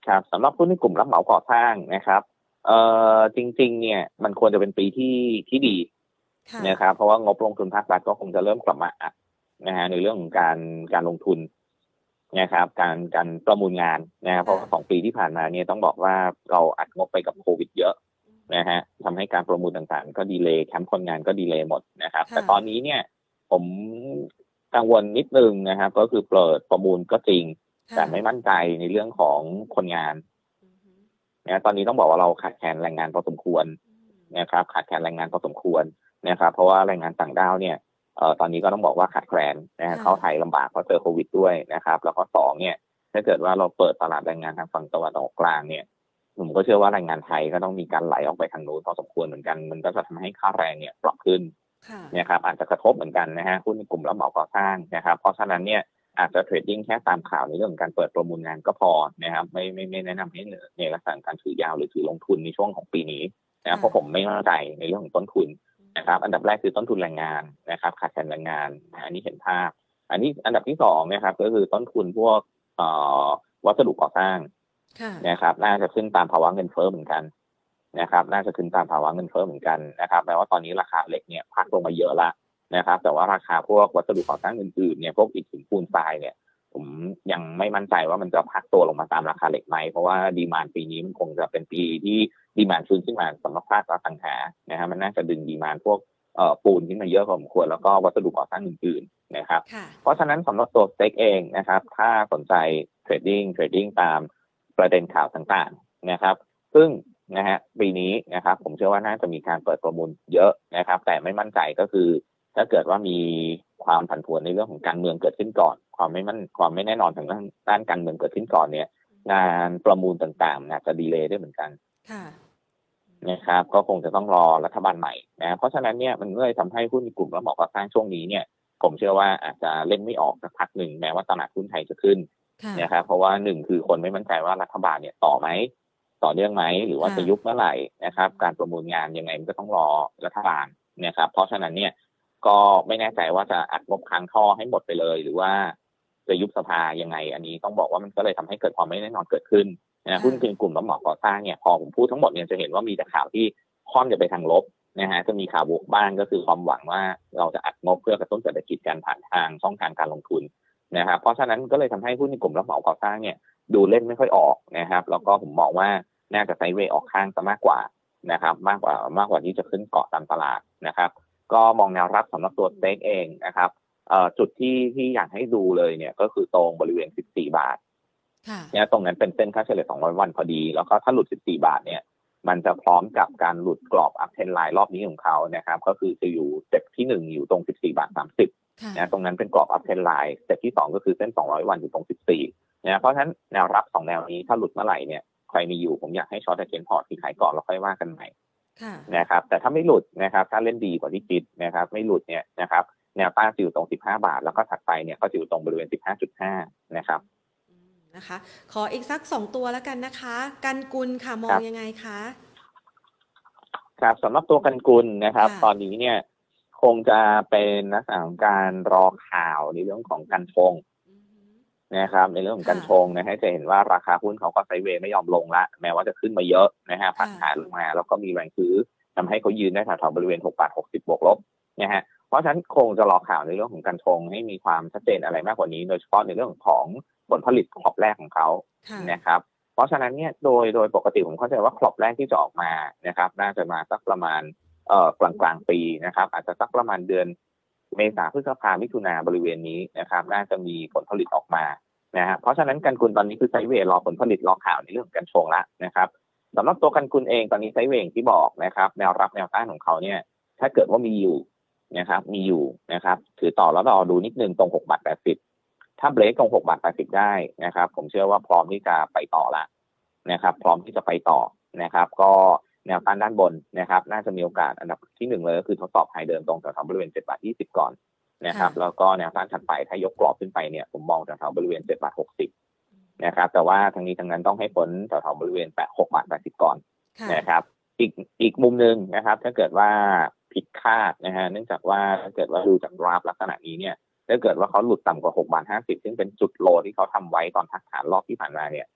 Speaker 2: ครับสำหรับหุ้นในกลุ่มรับเหมาก่อสร้างนะครับเอ่อจริงๆเนี่ยมันควรจะเป็นปีที่ที่ดีนะครับเพราะว่างบลงทุนภาครัฐก็คงจะเริ่มกลับมาอัดนะฮะในเรื่องของการการลงทุนนะครับการการประมูลงานนะครับเพราะว่าสองปีที่ผ่านมาเนี่ยต้องบอกว่าเราอัดงบไปกับโควิดเยอะนะฮะทำให้การประมูลต่างๆก็ดีเลย์แคมป์คนงานก็ดีเลย์หมดนะครับแต่ตอนนี้เนี่ยผมกังวลนิดนึงนะครับก็คือเปิดประมูลก็จริงแต่ไม่มั่นใจในเรื่องของคนงานนะตอนนี้ต้องบอกว่าเราขาดแคลนแรงงานพอสมควรนะครับขาดแคลนแรงงานพอสมควรนะครับเพราะว่าแรงงานต่างด้าวเนี่ยเอ่อตอนนี้ก็ต้องบอกว่าขาดแคลนนะเข้าไทยลำบากเพราะเจอโควิดด้วยนะครับแล้วก็สองเนี่ยถ้าเกิดว่าเราเปิดตลาดแรงงานทางฝั่งตะวันออกกลางเนี่ยผมก็เชื่อว่าแรงงานไทยก็ต้องมีการไหลออกไปทางโน้นพอสมควรเหมือนกันมันก็จะทำให้ค่าแรงเนี่ยปรับขึ้นนะครับอาจจะกระทบเหมือนกันนะฮะหุ้นในกลุ่มรับเหมาก่อสร้างนะครับเพราะฉะนั้นเนี่ยอาจจะเทรดดิ้งแค่ตามข่าวในเรื่องของการเปิดประมูลงานก็พอนะครับไม่ไม่ไม่แนะนำให้ในลักษณะการถือยาวหรือถือลงทุนในช่วงของปีนี้นะเพราะผมไม่มั่นใจในเรื่องของต้นทุนนะครับอันดับแรกคือต้นทุนแรงงานนะครับขาดแคลนแรงงานอันนี้เห็นภาพอันนี้อันดับที่สองนะครับก็คือต้นทุนพวกเอ่อวัสดุก่อสร้างนะครับน่าจะขึ้นตามภาวะเงินเฟ้อเหมือนกันนะครับน่าจะขึ้นตามภาวะเงินเฟ้อเหมือนกันนะครับแปลว่าตอนนี้ราคาเหล็กเนี่ยพักลงมาเยอะละนะครับแต่ว่าราคาพวกวัสดุก่อสร้างอื่นๆเนี่ยพวกอิฐหินปูนทรายเนี่ยผมยังไม่มั่นใจว่ามันจะพักตัวลงมาตามราคาเหล็กไหมเพราะว่าดีมานด์ปีนี้มันคงจะเป็นปีที่ดีมานด์ฟื้นขึ้นมาสำหรับภาคอสังหานะฮะมันน่าจะดึงดีมานด์พวกเอ่อปูนขึ้นมาเยอะพอสมควรแล้วก็วัสดุก่อสร้างอื่นๆนะครับเพราะฉะนั้นสำหรับตัวสเต็กเองนะครับถ้าสนใจเทรดดิ้งเทรดดิ้งตามประเด็นข่าวต่างๆนะครับซึ่งนะฮะปีนี้นะครับผมเชื่อว่าน่าจะมีการเปิดประมูลเยอะนะครับแต่ไม่มั่นใจก็คือถ้าเกิดว่ามีความผันผวนในเรื่องของการเมืองเกิดขึ้นก่อนความไม่มั่นความไม่แน่นอนทางด้านด้านการเมืองเกิดขึ้นก่อนเนี่ยงานประมูลต่างๆอาจจะดีเลย์ได้เหมือนกันนะครับก็คงจะต้องรอรัฐบาลใหม่นะเพราะฉะนั้นเนี่ยมันก็เลยทำให้หุ้นกลุ่มรับเหมาก่อสร้างช่วงนี้เนี่ยผมเชื่อว่าอาจจะเล่นไม่ออกสักพักหนึ่งแม้ว่าตลาดหุ้นไทยจะขึ้นนะครับเพราะว่าหนึ่งคือคนไม่มั่นใจว่ารัฐบาลเนี่ยต่อไหมต่อเนื่องไหมหรือว่าจะยุบเมื่อไหร่นะครับการประมูลงานยังไงมันก็ต้องรอรัฐบาลนะครับเพราะฉะนั้นเนี่ยก็ไม่แน่ใจว่าจะอัดงบค้างท่อให้หมดไปเลยหรือว่าจะยุบสภายังไงอันนี้ต้องบอกว่ามันก็เลยทำให้เกิดความไม่แน่นอนเกิดขึ้นนะหุ้นเป็นกลุ่มรับเหมาก่อสร้างเนี่ยพอผมพูดทั้งหมดเนี่ยจะเห็นว่ามีแต่ข่าวที่ค่อนจะไปทางลบนะฮะจะมีข่าวบวกบ้างก็คือความหวังว่าเราจะอัดงบเพื่อกระตุ้นเศรษฐกิจการผ่านทางช่องทางการลงทุนนะครับเพราะฉะนั้นก็เลยทำให้หุ้นในกลุ่มรับเหมาก่อสร้างเนี่ยดูเล่นไม่ค่อยออกนะครับแล้วก็ผมมองว่าน่าจะไซด์เวย์ออกข้างซะมากกว่านะครับมากกว่ามากกว่าที่จะขึ้นเกาะตามตลาดนะครับก็มองแนวรับสำหรับตัวสเต็กเองนะครับเอ่อจุดที่ที่อยากให้ดูเลยเนี่ยก็คือตรงบริเวณสิบสี่บาทเนี่ยตรงนั้นเป็นเส้นค่าเฉลี่ยสองร้อยวันพอดีแล้วก็ถ้าหลุดสิบสี่บาทเนี่ยมันจะพร้อมกับการหลุดกรอบอัพเทรนไลน์รอบนี้ของเขานะครับก็คือจะอยู่สเต็ปที่หนึ่งอยู่ตรงสิบสี่บาทสามสิบนะตรงนั้นเป็นกรอบอัพเทรนไลน์สเต็ปที่สองก็คือเส้นสองร้อยวันอยู่ตรงสิบสี่นะเพราะฉะนั้นแนวรับสองแนวนี้ถ้าหลุดเมื่อไหร่เนี่ยใครมีอยู่ผมอยากให้ช็อตเทนพอร์ตที่ขายก่อนแล้วค่อยว่ากันใหม่นะครับแต่ถ้าไม่หลุดนะครับถ้าเล่นดีกว่าที่คิดนะครับไม่หลุดเนี่ยนะครับแนวต้านอยู่ตรงสิบห้าบาทแล้วก็ถัดไปเนี่ยก็อยู่ตรงบริเวณ สิบห้าจุดห้า นะครับ
Speaker 1: นะคะขออีกสักสองตัวแล้วกันนะคะกันกุลค่ะมองยังไงคะ
Speaker 2: ครับสำหรับตัวกันกุลนะครับตอนนี้เนี่ยคงจะเป็นลักษณะของการรอข่าวในเรื่องของการชงนะครับในเรื่องของการชงนะฮะจะเห็นว่าราคาหุ้นเขาก็ไซด์เวย์ไม่ยอมลงละแม้ว่าจะขึ้นมาเยอะนะฮะผันฐานลงมาแล้วก็มีแรงซื้อทำให้เขายืนได้แถวๆบริเวณหกบาทหกสิบบวกลบนะฮะเพราะฉะนั้นคงจะรอข่าวในเรื่องของการชงให้มีความชัดเจนอะไรมากกว่านี้โดยเฉพาะในเรื่องของผลผลิตครอบแรกของเขานะครับเพราะฉะนั้นเนี่ยโดยโดยปกติผมเข้าใจว่าครอบแรกที่จะออกมานะครับน่าจะมาสักประมาณเอ่อกลางกลางปีนะครับอาจจะสักประมาณเดือนเมษาพฤษภามิถุนาบริเวณนี้นะครับน่าจะมีผลผลิตออกมานะฮะเพราะฉะนั้นกันกุลตอนนี้คือไซด์เวย์รอผลผลิตรอข่าวในเรื่องของการชงละนะครับสำหรับตัวกันกุลเองตอนนี้ไซด์เวย์ที่บอกนะครับแนวรับแนวต้านของเขาเนี่ยถ้าเกิดว่ามีอยู่นะครับมีอยู่นะครับถือต่อแล้วรอดูนิดนึงตรงหกบาทแปดสิบถ้าเบรกตรงหกบาทแปดสิบได้นะครับผมเชื่อว่าพร้อมที่จะไปต่อละนะครับพร้อมที่จะไปต่อนะครับก็แนวต้านด้านบนนะครับน่าจะมีโอกาสอันดับที่หนึ่งเลยก็คือทดสอบไฮเดิมตรงแถวๆบริเวณเจ็ดบาทยี่สิบก่อนนะครับแล้วก็แนวต้านถัดไปถ้ายกกรอบขึ้นไปเนี่ยผมมองแถวๆบริเวณเจ็ดบาทหกสิบนะครับแต่ว่าทั้งนี้ทั้งนั้นต้องให้พ้นแถวๆบริเวณแปดหกบาทแปดสิบก่อนนะครับอีกอีกมุมนึงนะครับถ้าเกิดว่าผิดคาดนะฮะเนื่องจากว่าถ้าเกิดว่าดูจากกราฟลักษณะนี้เนี่ยถ้าเกิดว่าเขาหลุดต่ำกว่าหกบาทห้าสิบซึ่งเป็นจุดโลที่เขาทำไว้ตอนทักฐานรอบที่ผ่านมาเนี่ย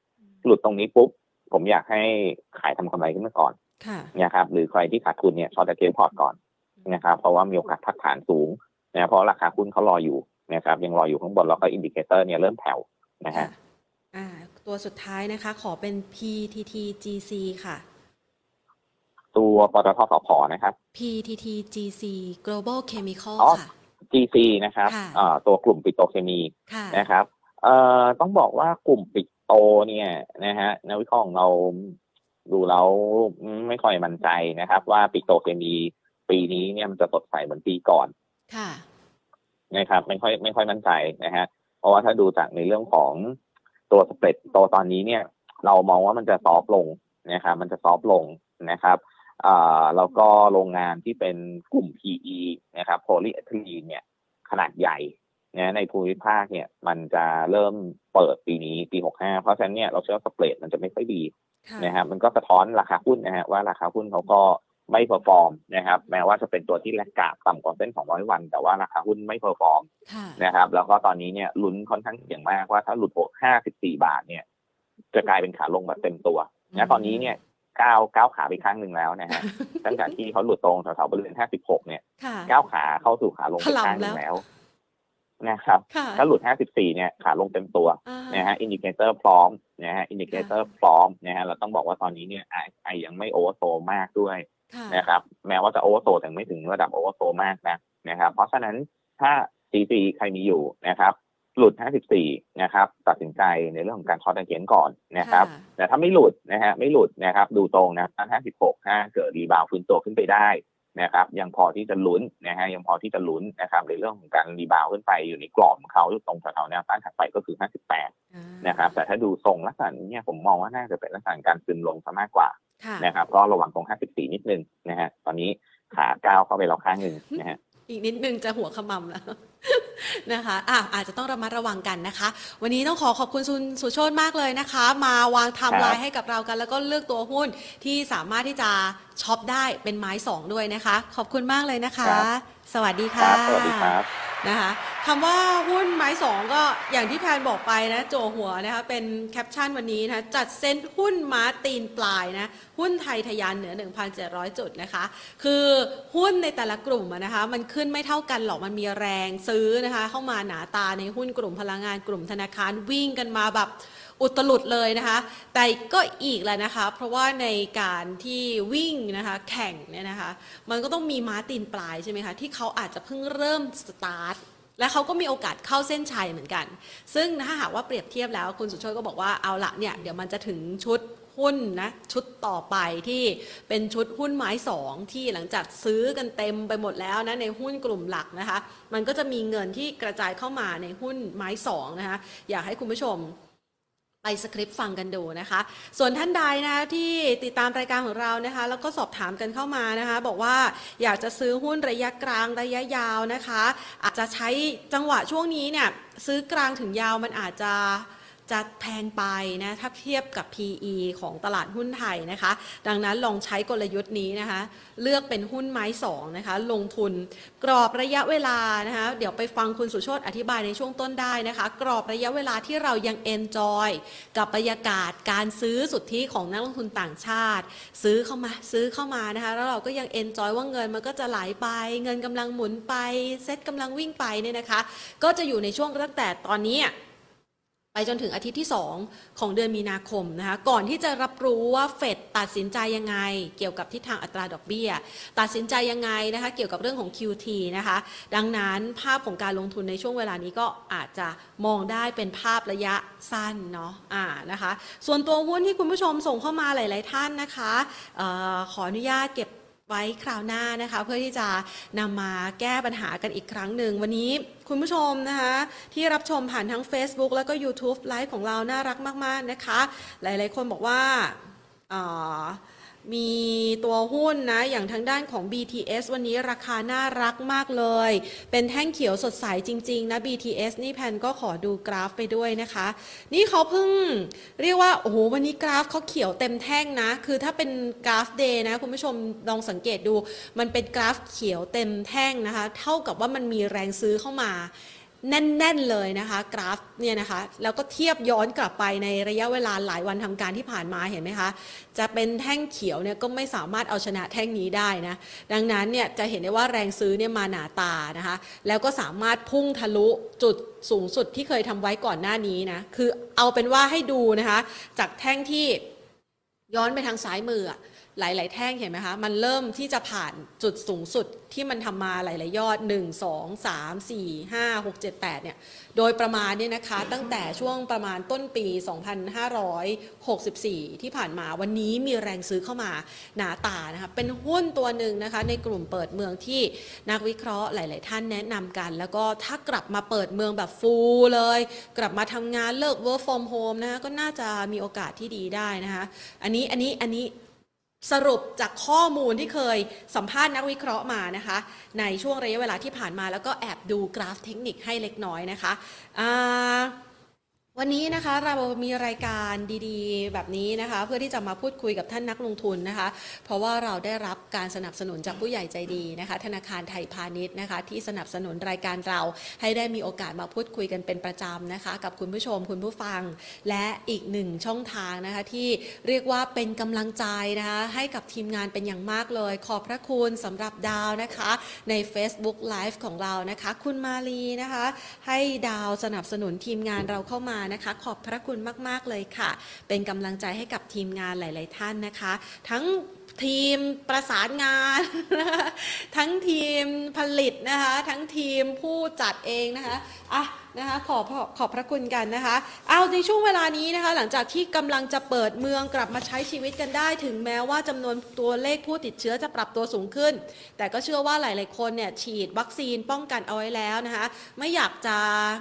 Speaker 2: หลุดตรงนี้ปุ๊บผมอยากให้ขายทำกำไรขึ้นมาก่อนนะครับหรือใครที่ขาดทุนเนี่ยช็อตเทนพอร์ตก่อนนะครับเพราะว่ามีโอกาสพักฐานสูงนะเพราะราคาหุ้นเขารออยู่นะครับยังรออยู่ข้างบนแล้วก็อินดิเคเตอร์เนี่ยเริ่มแผ่วนะฮะ
Speaker 1: อ่าตัวสุดท้ายนะคะขอเป็น พี ที ที จี ซี ค่ะ
Speaker 2: ตัวปตท.สผ.นะครับ
Speaker 1: พี ที ที จี ซี Global Chemical ค่ะ
Speaker 2: จี ซี นะครับอ่าตัวกลุ่มปิโตรเคมีนะครับเอ่อต้องบอกว่ากลุ่มปิโตรเนี่ยนะฮะนักวิเคราะห์ของเราดูแล้วไม่ค่อยมั่นใจนะครับว่าปิโตรเคมีปีนี้เนี่ยมันจะสดใสเหมือนปีก่อน
Speaker 1: ค่ะ
Speaker 2: นะครับไม่ค่อยไม่ค่อยมั่นใจนะฮะเพราะว่าถ้าดูจากในเรื่องของตัวสเปรดปิโตรตอนนี้เนี่ยเรามองว่ามันจะซอฟลงนะครับมันจะซอฟลงนะครับอ่าแล้วก็โรงงานที่เป็นกลุ่ม พี อี นะครับโพลีเอทิลีนเนี่ยขนาดใหญ่นะในภูมิภาคเนี่ยมันจะเริ่มเปิดปีนี้ปีหกสิบห้าเพราะฉะนั้นเนี่ยเราเชื่อว่าสเปรดมันจะไม่ค่อยดีนะครับมันก็สะท้อนราคาหุ้นนะฮะว่าราคาหุ้นเขาก็ไม่เพอร์ฟอร์มนะครับแม้ว่าจะเป็นตัวที่แลกกราฟต่ำกว่าเส้นสองร้อยวันแต่ว่าราคาหุ้นไม่เพอร์ฟอร์มนะครับแล้วก็ตอนนี้เนี่ยลุ้นค่อนข้างเสี่ยงมากว่าถ้าหลุดห้าสิบสี่บาทเนี่ยจะกลายเป็นขาลงแบบเต็มตัวนะตอนนี้เนี่ยก้าวก้าวขาไปข้างหนึ่งแล้วนะฮะตั้งแต่ที่เขาหลุดตรงแถวๆบริเวณห้าสิบหกเนี่ยก้าวขาเข้าสู่ขาลงไปข้างหนึ่งแล้วนะครับถ้าหลุดห้าสิบสี่เนี่ยขาลงเต็มตัวนะฮะอินดิเคเตอร์พร้อมนะฮะอินดิเคเตอร์พร้อมนะฮะเราต้องบอกว่าตอนนี้เนี่ยไอยังไม่โอเวอร์โซมากด้วยนะครับแม้ว่าจะโอเวอร์โซแต่ไม่ถึงระดับโอเวอร์โซมากนะนะครับเพราะฉะนั้นถ้า ซี ซี ใครมีอยู่นะครับหลุดห้าสิบสี่นะครับตัดสินใจในเรื่องของการช็อตเก็นก่อนนะครับแต่ถ้าไม่หลุดนะฮะไม่หลุดนะครับดูตรงนะห้าสิบหกถ้าเกิดรีบาวด์ฟื้นตัวขึ้นไปได้นะครับยังพอที่จะลุ้นนะฮะยังพอที่จะลุ้นนะครับในเรื่องของการรีบาวด์ขึ้นไปอยู่ในกรอบของเขาตรงแถวๆแนวต้านถัดไปก็คือห้าสิบแปดนะครับแต่ถ้าดูทรงลักษณะนี้เนี่ยผมมองว่าน่าจะเป็นลักษณะการซึมลงซะมากกว่านะครับก็ระวังตรงห้าสิบสี่นิดนึงนะฮะตอนนี้ขาก้าวเข้าไปแล้วข้างนึงนะฮะ
Speaker 1: อีกนิดนึงจะหัวขมำแล้วนะคะอ่ะอาจจะต้องระมัดระวังกันนะคะวันนี้ต้องขอขอบคุณคุณสุโชติมากเลยนะคะมาวางไทม์ไลน์ให้กับเรากันแล้วก็เลือกตัวหุ้นที่สามารถที่จะช็อปได้เป็นไม้สองด้วยนะคะขอบคุณมากเลยนะคะสวัสดีค่ะ
Speaker 2: สวัสดีครับ
Speaker 1: นะคะคำว่าหุ้นไม้สองก็อย่างที่แพนบอกไปนะโจหัวนะคะเป็นแคปชั่นวันนี้นะจัดเซ็นหุ้นม้าตีนปลายนะหุ้นไทยทะยานเหนือ หนึ่งพันเจ็ดร้อย จุดนะคะคือหุ้นในแต่ละกลุ่มนะคะมันขึ้นไม่เท่ากันหรอกมันมีแรงซื้อนะคะเข้ามาหนาตาในหุ้นกลุ่มพลังงานกลุ่มธนาคารวิ่งกันมาแบบอุตลุดเลยนะคะแต่ก็อีกแหละนะคะเพราะว่าในการที่วิ่งนะคะแข่งเนี่ยนะคะมันก็ต้องมีม้าตีนปลายใช่ไหมคะที่เขาอาจจะเพิ่งเริ่มสตาร์ทและเขาก็มีโอกาสเข้าเส้นชัยเหมือนกันซึ่งถ้าหากว่าเปรียบเทียบแล้วคุณสุโชติก็บอกว่าเอาละเนี่ยเดี๋ยวมันจะถึงชุดหุ้นนะชุดต่อไปที่เป็นชุดหุ้นไม้สองที่หลังจากซื้อกันเต็มไปหมดแล้วนะในหุ้นกลุ่มหลักนะคะมันก็จะมีเงินที่กระจายเข้ามาในหุ้นไม้สองนะคะอยากให้คุณผู้ชมไปสคริปต์ฟังกันดูนะคะส่วนท่านใดนะที่ติดตามรายการของเรานะคะแล้วก็สอบถามกันเข้ามานะคะบอกว่าอยากจะซื้อหุ้นระยะกลางระยะยาวนะคะอาจจะใช้จังหวะช่วงนี้เนี่ยซื้อกลางถึงยาวมันอาจจะจะแพงไปนะถ้าเทียบกับ พี อี ของตลาดหุ้นไทยนะคะดังนั้นลองใช้กลยุทธ์นี้นะคะเลือกเป็นหุ้นไม้สองนะคะลงทุนกรอบระยะเวลานะคะเดี๋ยวไปฟังคุณสุโชติอธิบายในช่วงต้นได้นะคะกรอบระยะเวลาที่เรายังเอนจอยกับบรรยากาศการซื้อสุทธิของนักลงทุนต่างชาติซื้อเข้ามาซื้อเข้ามานะคะแล้วเราก็ยังเอนจอยว่าเงินมันก็จะไหลไปเงินกำลังหมุนไปเซ็ตกำลังวิ่งไปเนี่ยนะคะก็จะอยู่ในช่วงตั้งแต่ตอนนี้ไปจนถึงอาทิตย์ที่สองของเดือนมีนาคมนะคะก่อนที่จะรับรู้ว่าเฟดตัดสินใจยังไงเกี่ยวกับทิศทางอัตราดอกเบี้ยตัดสินใจยังไงนะคะเกี่ยวกับเรื่องของ คิว ที นะคะดังนั้นภาพของการลงทุนในช่วงเวลานี้ก็อาจจะมองได้เป็นภาพระยะสั้นเนาะอ่านะคะส่วนตัวหุ้นที่คุณผู้ชมส่งเข้ามาหลายๆท่านนะคะเอ่อขออนุญาตเก็บไว้คราวหน้านะคะเพื่อที่จะนำมาแก้ปัญหากันอีกครั้งหนึ่งวันนี้คุณผู้ชมนะคะที่รับชมผ่านทั้ง Facebook แล้วก็ YouTube ไลฟ์ของเราน่ารักมากๆนะคะหลายๆคนบอกว่ามีตัวหุ้นนะอย่างทางด้านของ บี ที เอส วันนี้ราคาน่ารักมากเลยเป็นแท่งเขียวสดใสจริงๆนะ บี ที เอส นี่แพนก็ขอดูกราฟไปด้วยนะคะนี่เขาเพิ่งเรียกว่าโอ้โหวันนี้กราฟเขาเขียวเต็มแท่งนะคือถ้าเป็นกราฟเดย์นะคุณผู้ชมลองสังเกตดูมันเป็นกราฟเขียวเต็มแท่งนะคะเท่ากับว่ามันมีแรงซื้อเข้ามาแน่นๆเลยนะคะกราฟเนี่ยนะคะแล้วก็เทียบย้อนกลับไปในระยะเวลาหลายวันทำการที่ผ่านมาเห็นไหมคะจะเป็นแท่งเขียวเนี่ยก็ไม่สามารถเอาชนะแท่งนี้ได้นะดังนั้นเนี่ยจะเห็นได้ว่าแรงซื้อเนี่ยมาหนาตานะคะแล้วก็สามารถพุ่งทะลุจุดสูงสุดที่เคยทำไว้ก่อนหน้านี้นะคือเอาเป็นว่าให้ดูนะคะจากแท่งที่ย้อนไปทางซ้ายมือหลายๆแท่งเห็นไหมคะมันเริ่มที่จะผ่านจุดสูงสุดที่มันทำมาหลายๆยอดหนึ่ง สอง สาม สี่ ห้า หก เจ็ด แปดเนี่ยโดยประมาณเนี่ยนะคะตั้งแต่ช่วงประมาณต้นปีสองพันห้าร้อยหกสิบสี่ที่ผ่านมาวันนี้มีแรงซื้อเข้ามาหนาตานะคะเป็นหุ้นตัวหนึ่งนะคะในกลุ่มเปิดเมืองที่นักวิเคราะห์หลายๆท่านแนะนำกันแล้วก็ถ้ากลับมาเปิดเมืองแบบฟูลเลยกลับมาทำงานเลิก work from home นะคะก็น่าจะมีโอกาสที่ดีได้นะคะอันนี้อันนี้อันนี้สรุปจากข้อมูลที่เคยสัมภาษณ์นักวิเคราะห์มานะคะในช่วงระยะเวลาที่ผ่านมาแล้วก็แอบดูกราฟเทคนิคให้เล็กน้อยนะคะวันนี้นะคะเรามีรายการดีๆแบบนี้นะคะเพื่อที่จะมาพูดคุยกับท่านนักลงทุนนะคะเพราะว่าเราได้รับการสนับสนุนจากผู้ใหญ่ใจดีนะคะธนาคารไทยพาณิชย์นะคะที่สนับสนุนรายการเราให้ได้มีโอกาสมาพูดคุยกันเป็นประจำนะคะกับคุณผู้ชมคุณผู้ฟังและอีกหนึ่งช่องทางนะคะที่เรียกว่าเป็นกำลังใจนะคะให้กับทีมงานเป็นอย่างมากเลยขอบพระคุณสำหรับดาวนะคะใน Facebook Live ของเรานะคะคุณมาลีนะคะให้ดาวสนับสนุนทีมงานเราเข้ามานะคะขอบพระคุณมากๆเลยค่ะเป็นกำลังใจให้กับทีมงานหลายๆท่านนะคะทั้งทีมประสานงานทั้งทีมผลิตนะคะทั้งทีมผู้จัดเองนะคะอ่ะนะคะขอบขอบพระคุณกันนะคะเอาในช่วงเวลานี้นะคะหลังจากที่กำลังจะเปิดเมืองกลับมาใช้ชีวิตกันได้ถึงแม้ว่าจำนวนตัวเลขผู้ติดเชื้อจะปรับตัวสูงขึ้นแต่ก็เชื่อว่าหลายๆคนเนี่ยฉีดวัคซีนป้องกันเอาไว้แล้วนะคะไม่อยากจะ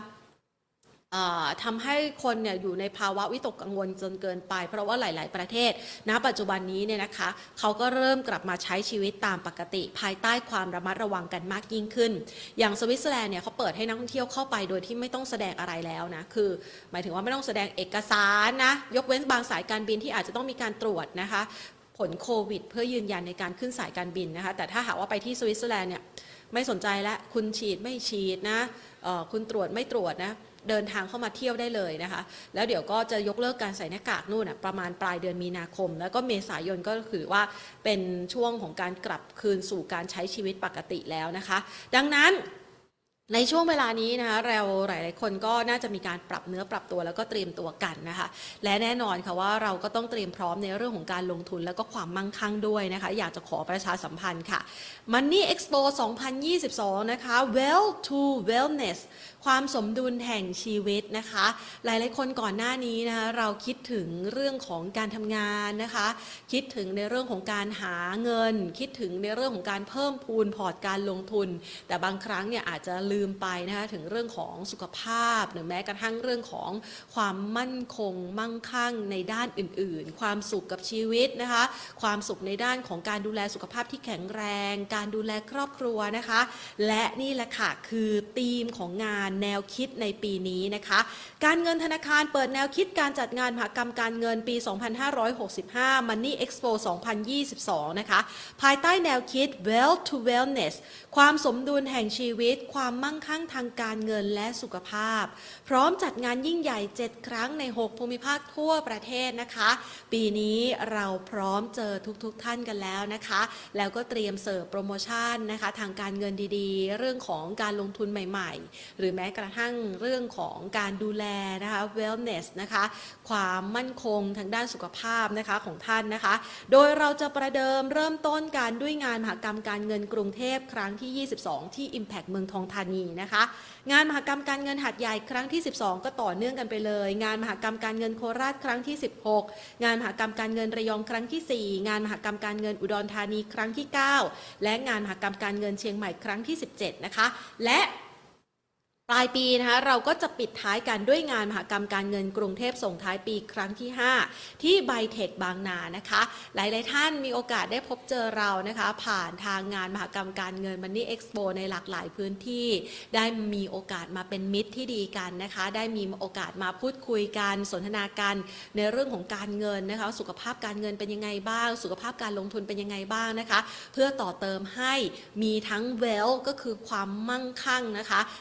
Speaker 1: ทำให้คนเนี่ยอยู่ในภาวะวิตกกังวลจนเกินไปเพราะว่าหลายๆประเทศณปัจจุบันนี้เนี่ยนะคะเขาก็เริ่มกลับมาใช้ชีวิตตามปกติภายใต้ความระมัดระวังกันมากยิ่งขึ้นอย่างสวิตเซอร์แลนด์เนี่ยเขาเปิดให้นักท่องเที่ยวเข้าไปโดยที่ไม่ต้องแสดงอะไรแล้วนะคือหมายถึงว่าไม่ต้องแสดงเอกสารนะยกเว้นบางสายการบินที่อาจจะต้องมีการตรวจนะคะผลโควิดเพื่อยืนยันในการขึ้นสายการบินนะคะแต่ถ้าหากว่าไปที่สวิตเซอร์แลนด์เนี่ยไม่สนใจแล้วคุณฉีดไม่ฉีดนะคุณตรวจไม่ตรวจนะเดินทางเข้ามาเที่ยวได้เลยนะคะแล้วเดี๋ยวก็จะยกเลิกการใส่หน้ากากนู่นนะประมาณปลายเดือนมีนาคมแล้วก็เมษายนก็คือว่าเป็นช่วงของการกลับคืนสู่การใช้ชีวิตปกติแล้วนะคะดังนั้นในช่วงเวลานี้นะคะเราหลายๆคนก็น่าจะมีการปรับเนื้อปรับตัวแล้วก็เตรียมตัวกันนะคะและแน่นอนค่ะว่าเราก็ต้องเตรียมพร้อมในเรื่องของการลงทุนแล้วก็ความมั่งคั่งด้วยนะคะอยากจะขอประชาสัมพันธ์ค่ะ Money Expo สองพันยี่สิบสองนะคะ Well to Wellness ความสมดุลแห่งชีวิตนะคะหลายๆคนก่อนหน้านี้นะคะเราคิดถึงเรื่องของการทำงานนะคะคิดถึงในเรื่องของการหาเงินคิดถึงในเรื่องของการเพิ่มพูนพอร์ตการลงทุนแต่บางครั้งเนี่ยอาจจะลืมไปนะคะถึงเรื่องของสุขภาพหรือแม้กระทั่งเรื่องของความมั่นคงมั่งคั่งในด้านอื่นๆความสุขกับชีวิตนะคะความสุขในด้านของการดูแลสุขภาพที่แข็งแรงการดูแลครอบครัวนะคะและนี่แหละค่ะคือธีมของงานแนวคิดในปีนี้นะคะการเงินธนาคารเปิดแนวคิดการจัดงานมหกรรมการเงินปีสองพันห้าร้อยหกสิบห้า Money Expo สองพันยี่สิบสองนะคะภายใต้แนวคิด Well to Wellness ความสมดุลแห่งชีวิตความมั่งคั่งทางการเงินและสุขภาพพร้อมจัดงานยิ่งใหญ่เจ็ดครั้งในหกภูมิภาคทั่วประเทศนะคะปีนี้เราพร้อมเจอทุกๆ ท่านกันแล้วนะคะแล้วก็เตรียมเสิร์ฟโปรโมชั่นนะคะทางการเงินดีๆเรื่องของการลงทุนใหม่ๆหรือแม้กระทั่งเรื่องของการดูแลนะคะ wellness นะคะความมั่นคงทางด้านสุขภาพนะคะของท่านนะคะโดยเราจะประเดิมเริ่มต้นการด้วยงานมหกรรมการเงินกรุงเทพครั้งที่ยี่สิบสองที่ Impact เมืองทองธานีนะคะงานมหกรรมการเงินหาดใหญ่ครั้งที่สิบสองก็ต่อเนื่องกันไปเลยงานมหกรรมการเงินโคราชครั้งที่สิบหกงานมหกรรมการเงินระยองครั้งที่สี่งานมหกรรมการเงินอุดรธานีครั้งที่เก้าและงานมหกรรมการเงินเชียงใหม่ครั้งที่สิบเจ็ดนะคะและปลายปีนะคะเราก็จะปิดท้ายกันด้วยงานมหกรรมการเงินกรุงเทพส่งท้ายปีครั้งที่ห้าที่ไบเทคบางนานะคะหลายๆท่านมีโอกาสได้พบเจอเรานะคะผ่านทางงานมหกรรมการเงิน Money Expo ในหลากหลายพื้นที่ได้มีโอกาสมาเป็นมิตรที่ดีกันนะคะได้มีโอกาสมาพูดคุยกันสนทนากันในเรื่องของการเงินนะคะสุขภาพการเงินเป็นยังไงบ้างสุขภาพการลงทุนเป็นยังไงบ้างนะคะเพื่อต่อเติมให้มีทั้ง wealth ก็คือความมั่งคั่งนะคะในทุกๆ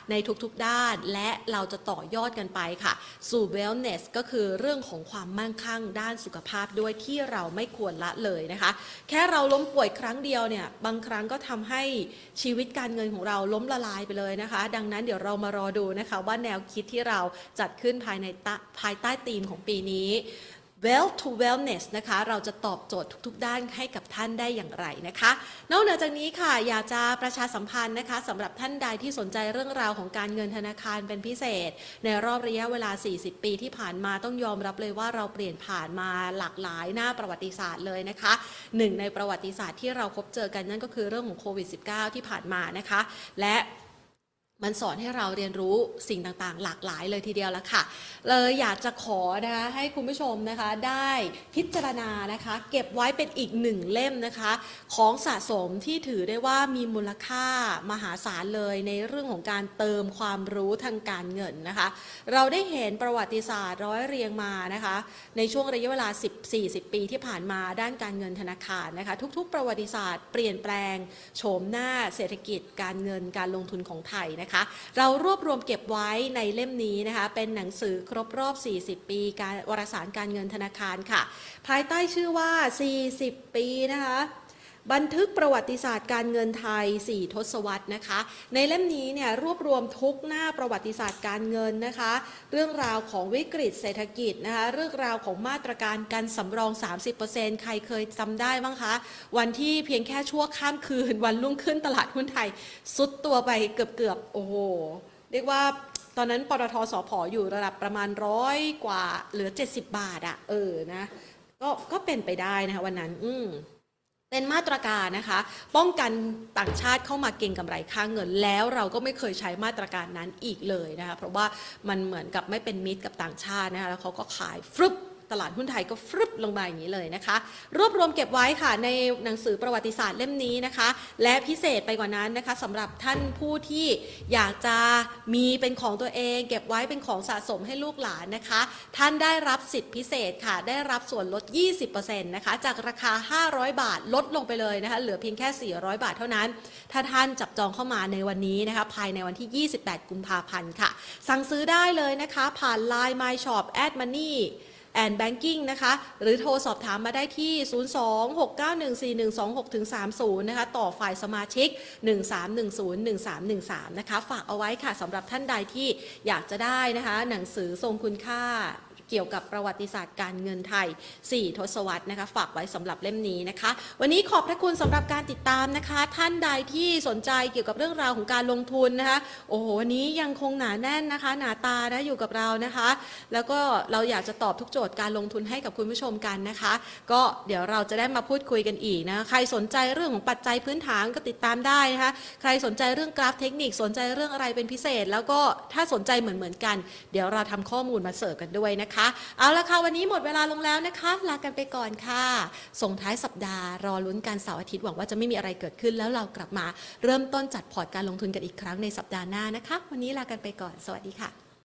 Speaker 1: กๆด้านและเราจะต่อยอดกันไปค่ะสู่ wellness ก็คือเรื่องของความมั่งคั่งด้านสุขภาพด้วยที่เราไม่ควรละเลยนะคะแค่เราล้มป่วยครั้งเดียวเนี่ยบางครั้งก็ทำให้ชีวิตการเงินของเราล้มละลายไปเลยนะคะดังนั้นเดี๋ยวเรามารอดูนะคะว่าแนวคิดที่เราจัดขึ้นภายในภายใต้ธีมของปีนี้ Wealth to Wellness นะคะเราจะตอบโจทย์ทุกๆด้านให้กับท่านได้อย่างไรนะคะนอกเหนือจากนี้ค่ะอยากจะประชาสัมพันธ์นะคะสำหรับท่านใดที่สนใจเรื่องราวของการเงินธนาคารเป็นพิเศษในรอบระยะเวลาสี่สิบปีที่ผ่านมาต้องยอมรับเลยว่าเราเปลี่ยนผ่านมาหลากหลายหน้าประวัติศาสตร์เลยนะคะหนึ่งในประวัติศาสตร์ที่เราพบเจอกันนั่นก็คือเรื่องของโควิด สิบเก้า ที่ผ่านมานะคะและมันสอนให้เราเรียนรู้สิ่งต่างๆหลากหลายเลยทีเดียวแล้วค่ะเลยอยากจะขอนะคะให้คุณผู้ชมนะคะได้พิจารณานะคะเก็บไว้เป็นอีกหนึ่งเล่มนะคะของสะสมที่ถือได้ว่ามีมูลค่ามหาศาลเลยในเรื่องของการเติมความรู้ทางการเงินนะคะเราได้เห็นประวัติศาสตร์ร้อยเรียงมานะคะในช่วงระยะเวลา สิบถึงสี่สิบ ปีที่ผ่านมาด้านการเงินธนาคารนะคะทุกๆประวัติศาสตร์เปลี่ยนแปลงโฉมหน้าเศรษฐกิจการเงินการลงทุนของไทยนะคะเรารวบรวมเก็บไว้ในเล่มนี้นะคะเป็นหนังสือครบรอบ สี่สิบ ปีการวารสารการเงินธนาคารค่ะภายใต้ชื่อว่า สี่สิบ ปีนะคะบันทึกประวัติศาสตร์การเงินไทยสี่ทศวรรษนะคะในเล่มนี้เนี่ยรวบรวมทุกหน้าประวัติศาสตร์การเงินนะคะเรื่องราวของวิกฤตเศรษฐกิจนะคะเรื่องราวของมาตรการการสำรอง สามสิบเปอร์เซ็นต์ ใครเคยจำได้บ้างคะวันที่เพียงแค่ชั่วข้ามคืนวันรุ่งขึ้นตลาดหุ้นไทยซุดตัวไปเกือบๆโอ้โหเรียกว่าตอนนั้นปตท.สผ.อยู่ระดับประมาณร้อยกว่าเหลือเจ็ดสิบบาทอะเออนะก็ก็เป็นไปได้นะคะวันนั้นอืมเป็นมาตรการนะคะป้องกันต่างชาติเข้ามาเก็งกำไรค่าเงินแล้วเราก็ไม่เคยใช้มาตรการนั้นอีกเลยนะคะเพราะว่ามันเหมือนกับไม่เป็นมิตรกับต่างชาตินะคะแล้วเขาก็ขายฟรึบตลาดหุ้นไทยก็ฟรึบลงมาอย่างนี้เลยนะคะรวบรวมเก็บไว้ค่ะในหนังสือประวัติศาสตร์เล่มนี้นะคะและพิเศษไปกว่านั้นนะคะสำหรับท่านผู้ที่อยากจะมีเป็นของตัวเองเก็บไว้เป็นของสะสมให้ลูกหลานนะคะท่านได้รับสิทธิพิเศษค่ะได้รับส่วนลด ยี่สิบเปอร์เซ็นต์ นะคะจากราคาห้าร้อยบาทลดลงไปเลยนะคะเหลือเพียงแค่สี่ร้อยบาทเท่านั้นถ้าท่านจับจองเข้ามาในวันนี้นะคะภายในวันที่ยี่สิบแปดกุมภาพันธ์ค่ะสั่งซื้อได้เลยนะคะผ่าน ไลน์ My Shop at Money and Banking นะคะหรือโทรสอบถามมาได้ที่ ศูนย์ สอง หก เก้า หนึ่ง สี่ หนึ่ง สอง หก สาม ศูนย์ นะคะต่อฝ่ายสมาชิก หนึ่ง สาม หนึ่ง ศูนย์ หนึ่ง สาม หนึ่ง สาม นะคะฝากเอาไว้ค่ะสำหรับท่านใดที่อยากจะได้นะคะหนังสือทรงคุณค่าเกี่ยวกับประวัติศาสตร์การเงินไทยสี่ทศวรรษนะคะฝากไว้สำหรับเล่มนี้นะคะวันนี้ขอบพระคุณสำหรับการติดตามนะคะท่านใดที่สนใจเกี่ยวกับเรื่องราวของการลงทุนนะคะโอ้โหวันนี้ยังคงหนาแน่นนะคะหนาตานะอยู่กับเรานะคะแล้วก็เราอยากจะตอบทุกโจทย์การลงทุนให้กับคุณผู้ชมกันนะคะก็เดี๋ยวเราจะได้มาพูดคุยกันอีกนะใครสนใจเรื่องของปัจจัยพื้นฐานก็ติดตามได้นะคะใครสนใจเรื่องกราฟเทคนิคสนใจเรื่องอะไรเป็นพิเศษแล้วก็ถ้าสนใจเหมือนเหมือนกันเดี๋ยวเราทำข้อมูลมาเสิร์ฟกันด้วยนะคะเอาละค่ะวันนี้หมดเวลาลงแล้วนะคะลากันไปก่อนค่ะส่งท้ายสัปดาห์รอลุ้นกันเสาร์อาทิตย์หวังว่าจะไม่มีอะไรเกิดขึ้นแล้วเรากลับมาเริ่มต้นจัดพอร์ตการลงทุนกันอีกครั้งในสัปดาห์หน้านะคะวันนี้ลากันไปก่อนสวัสดีค่ะ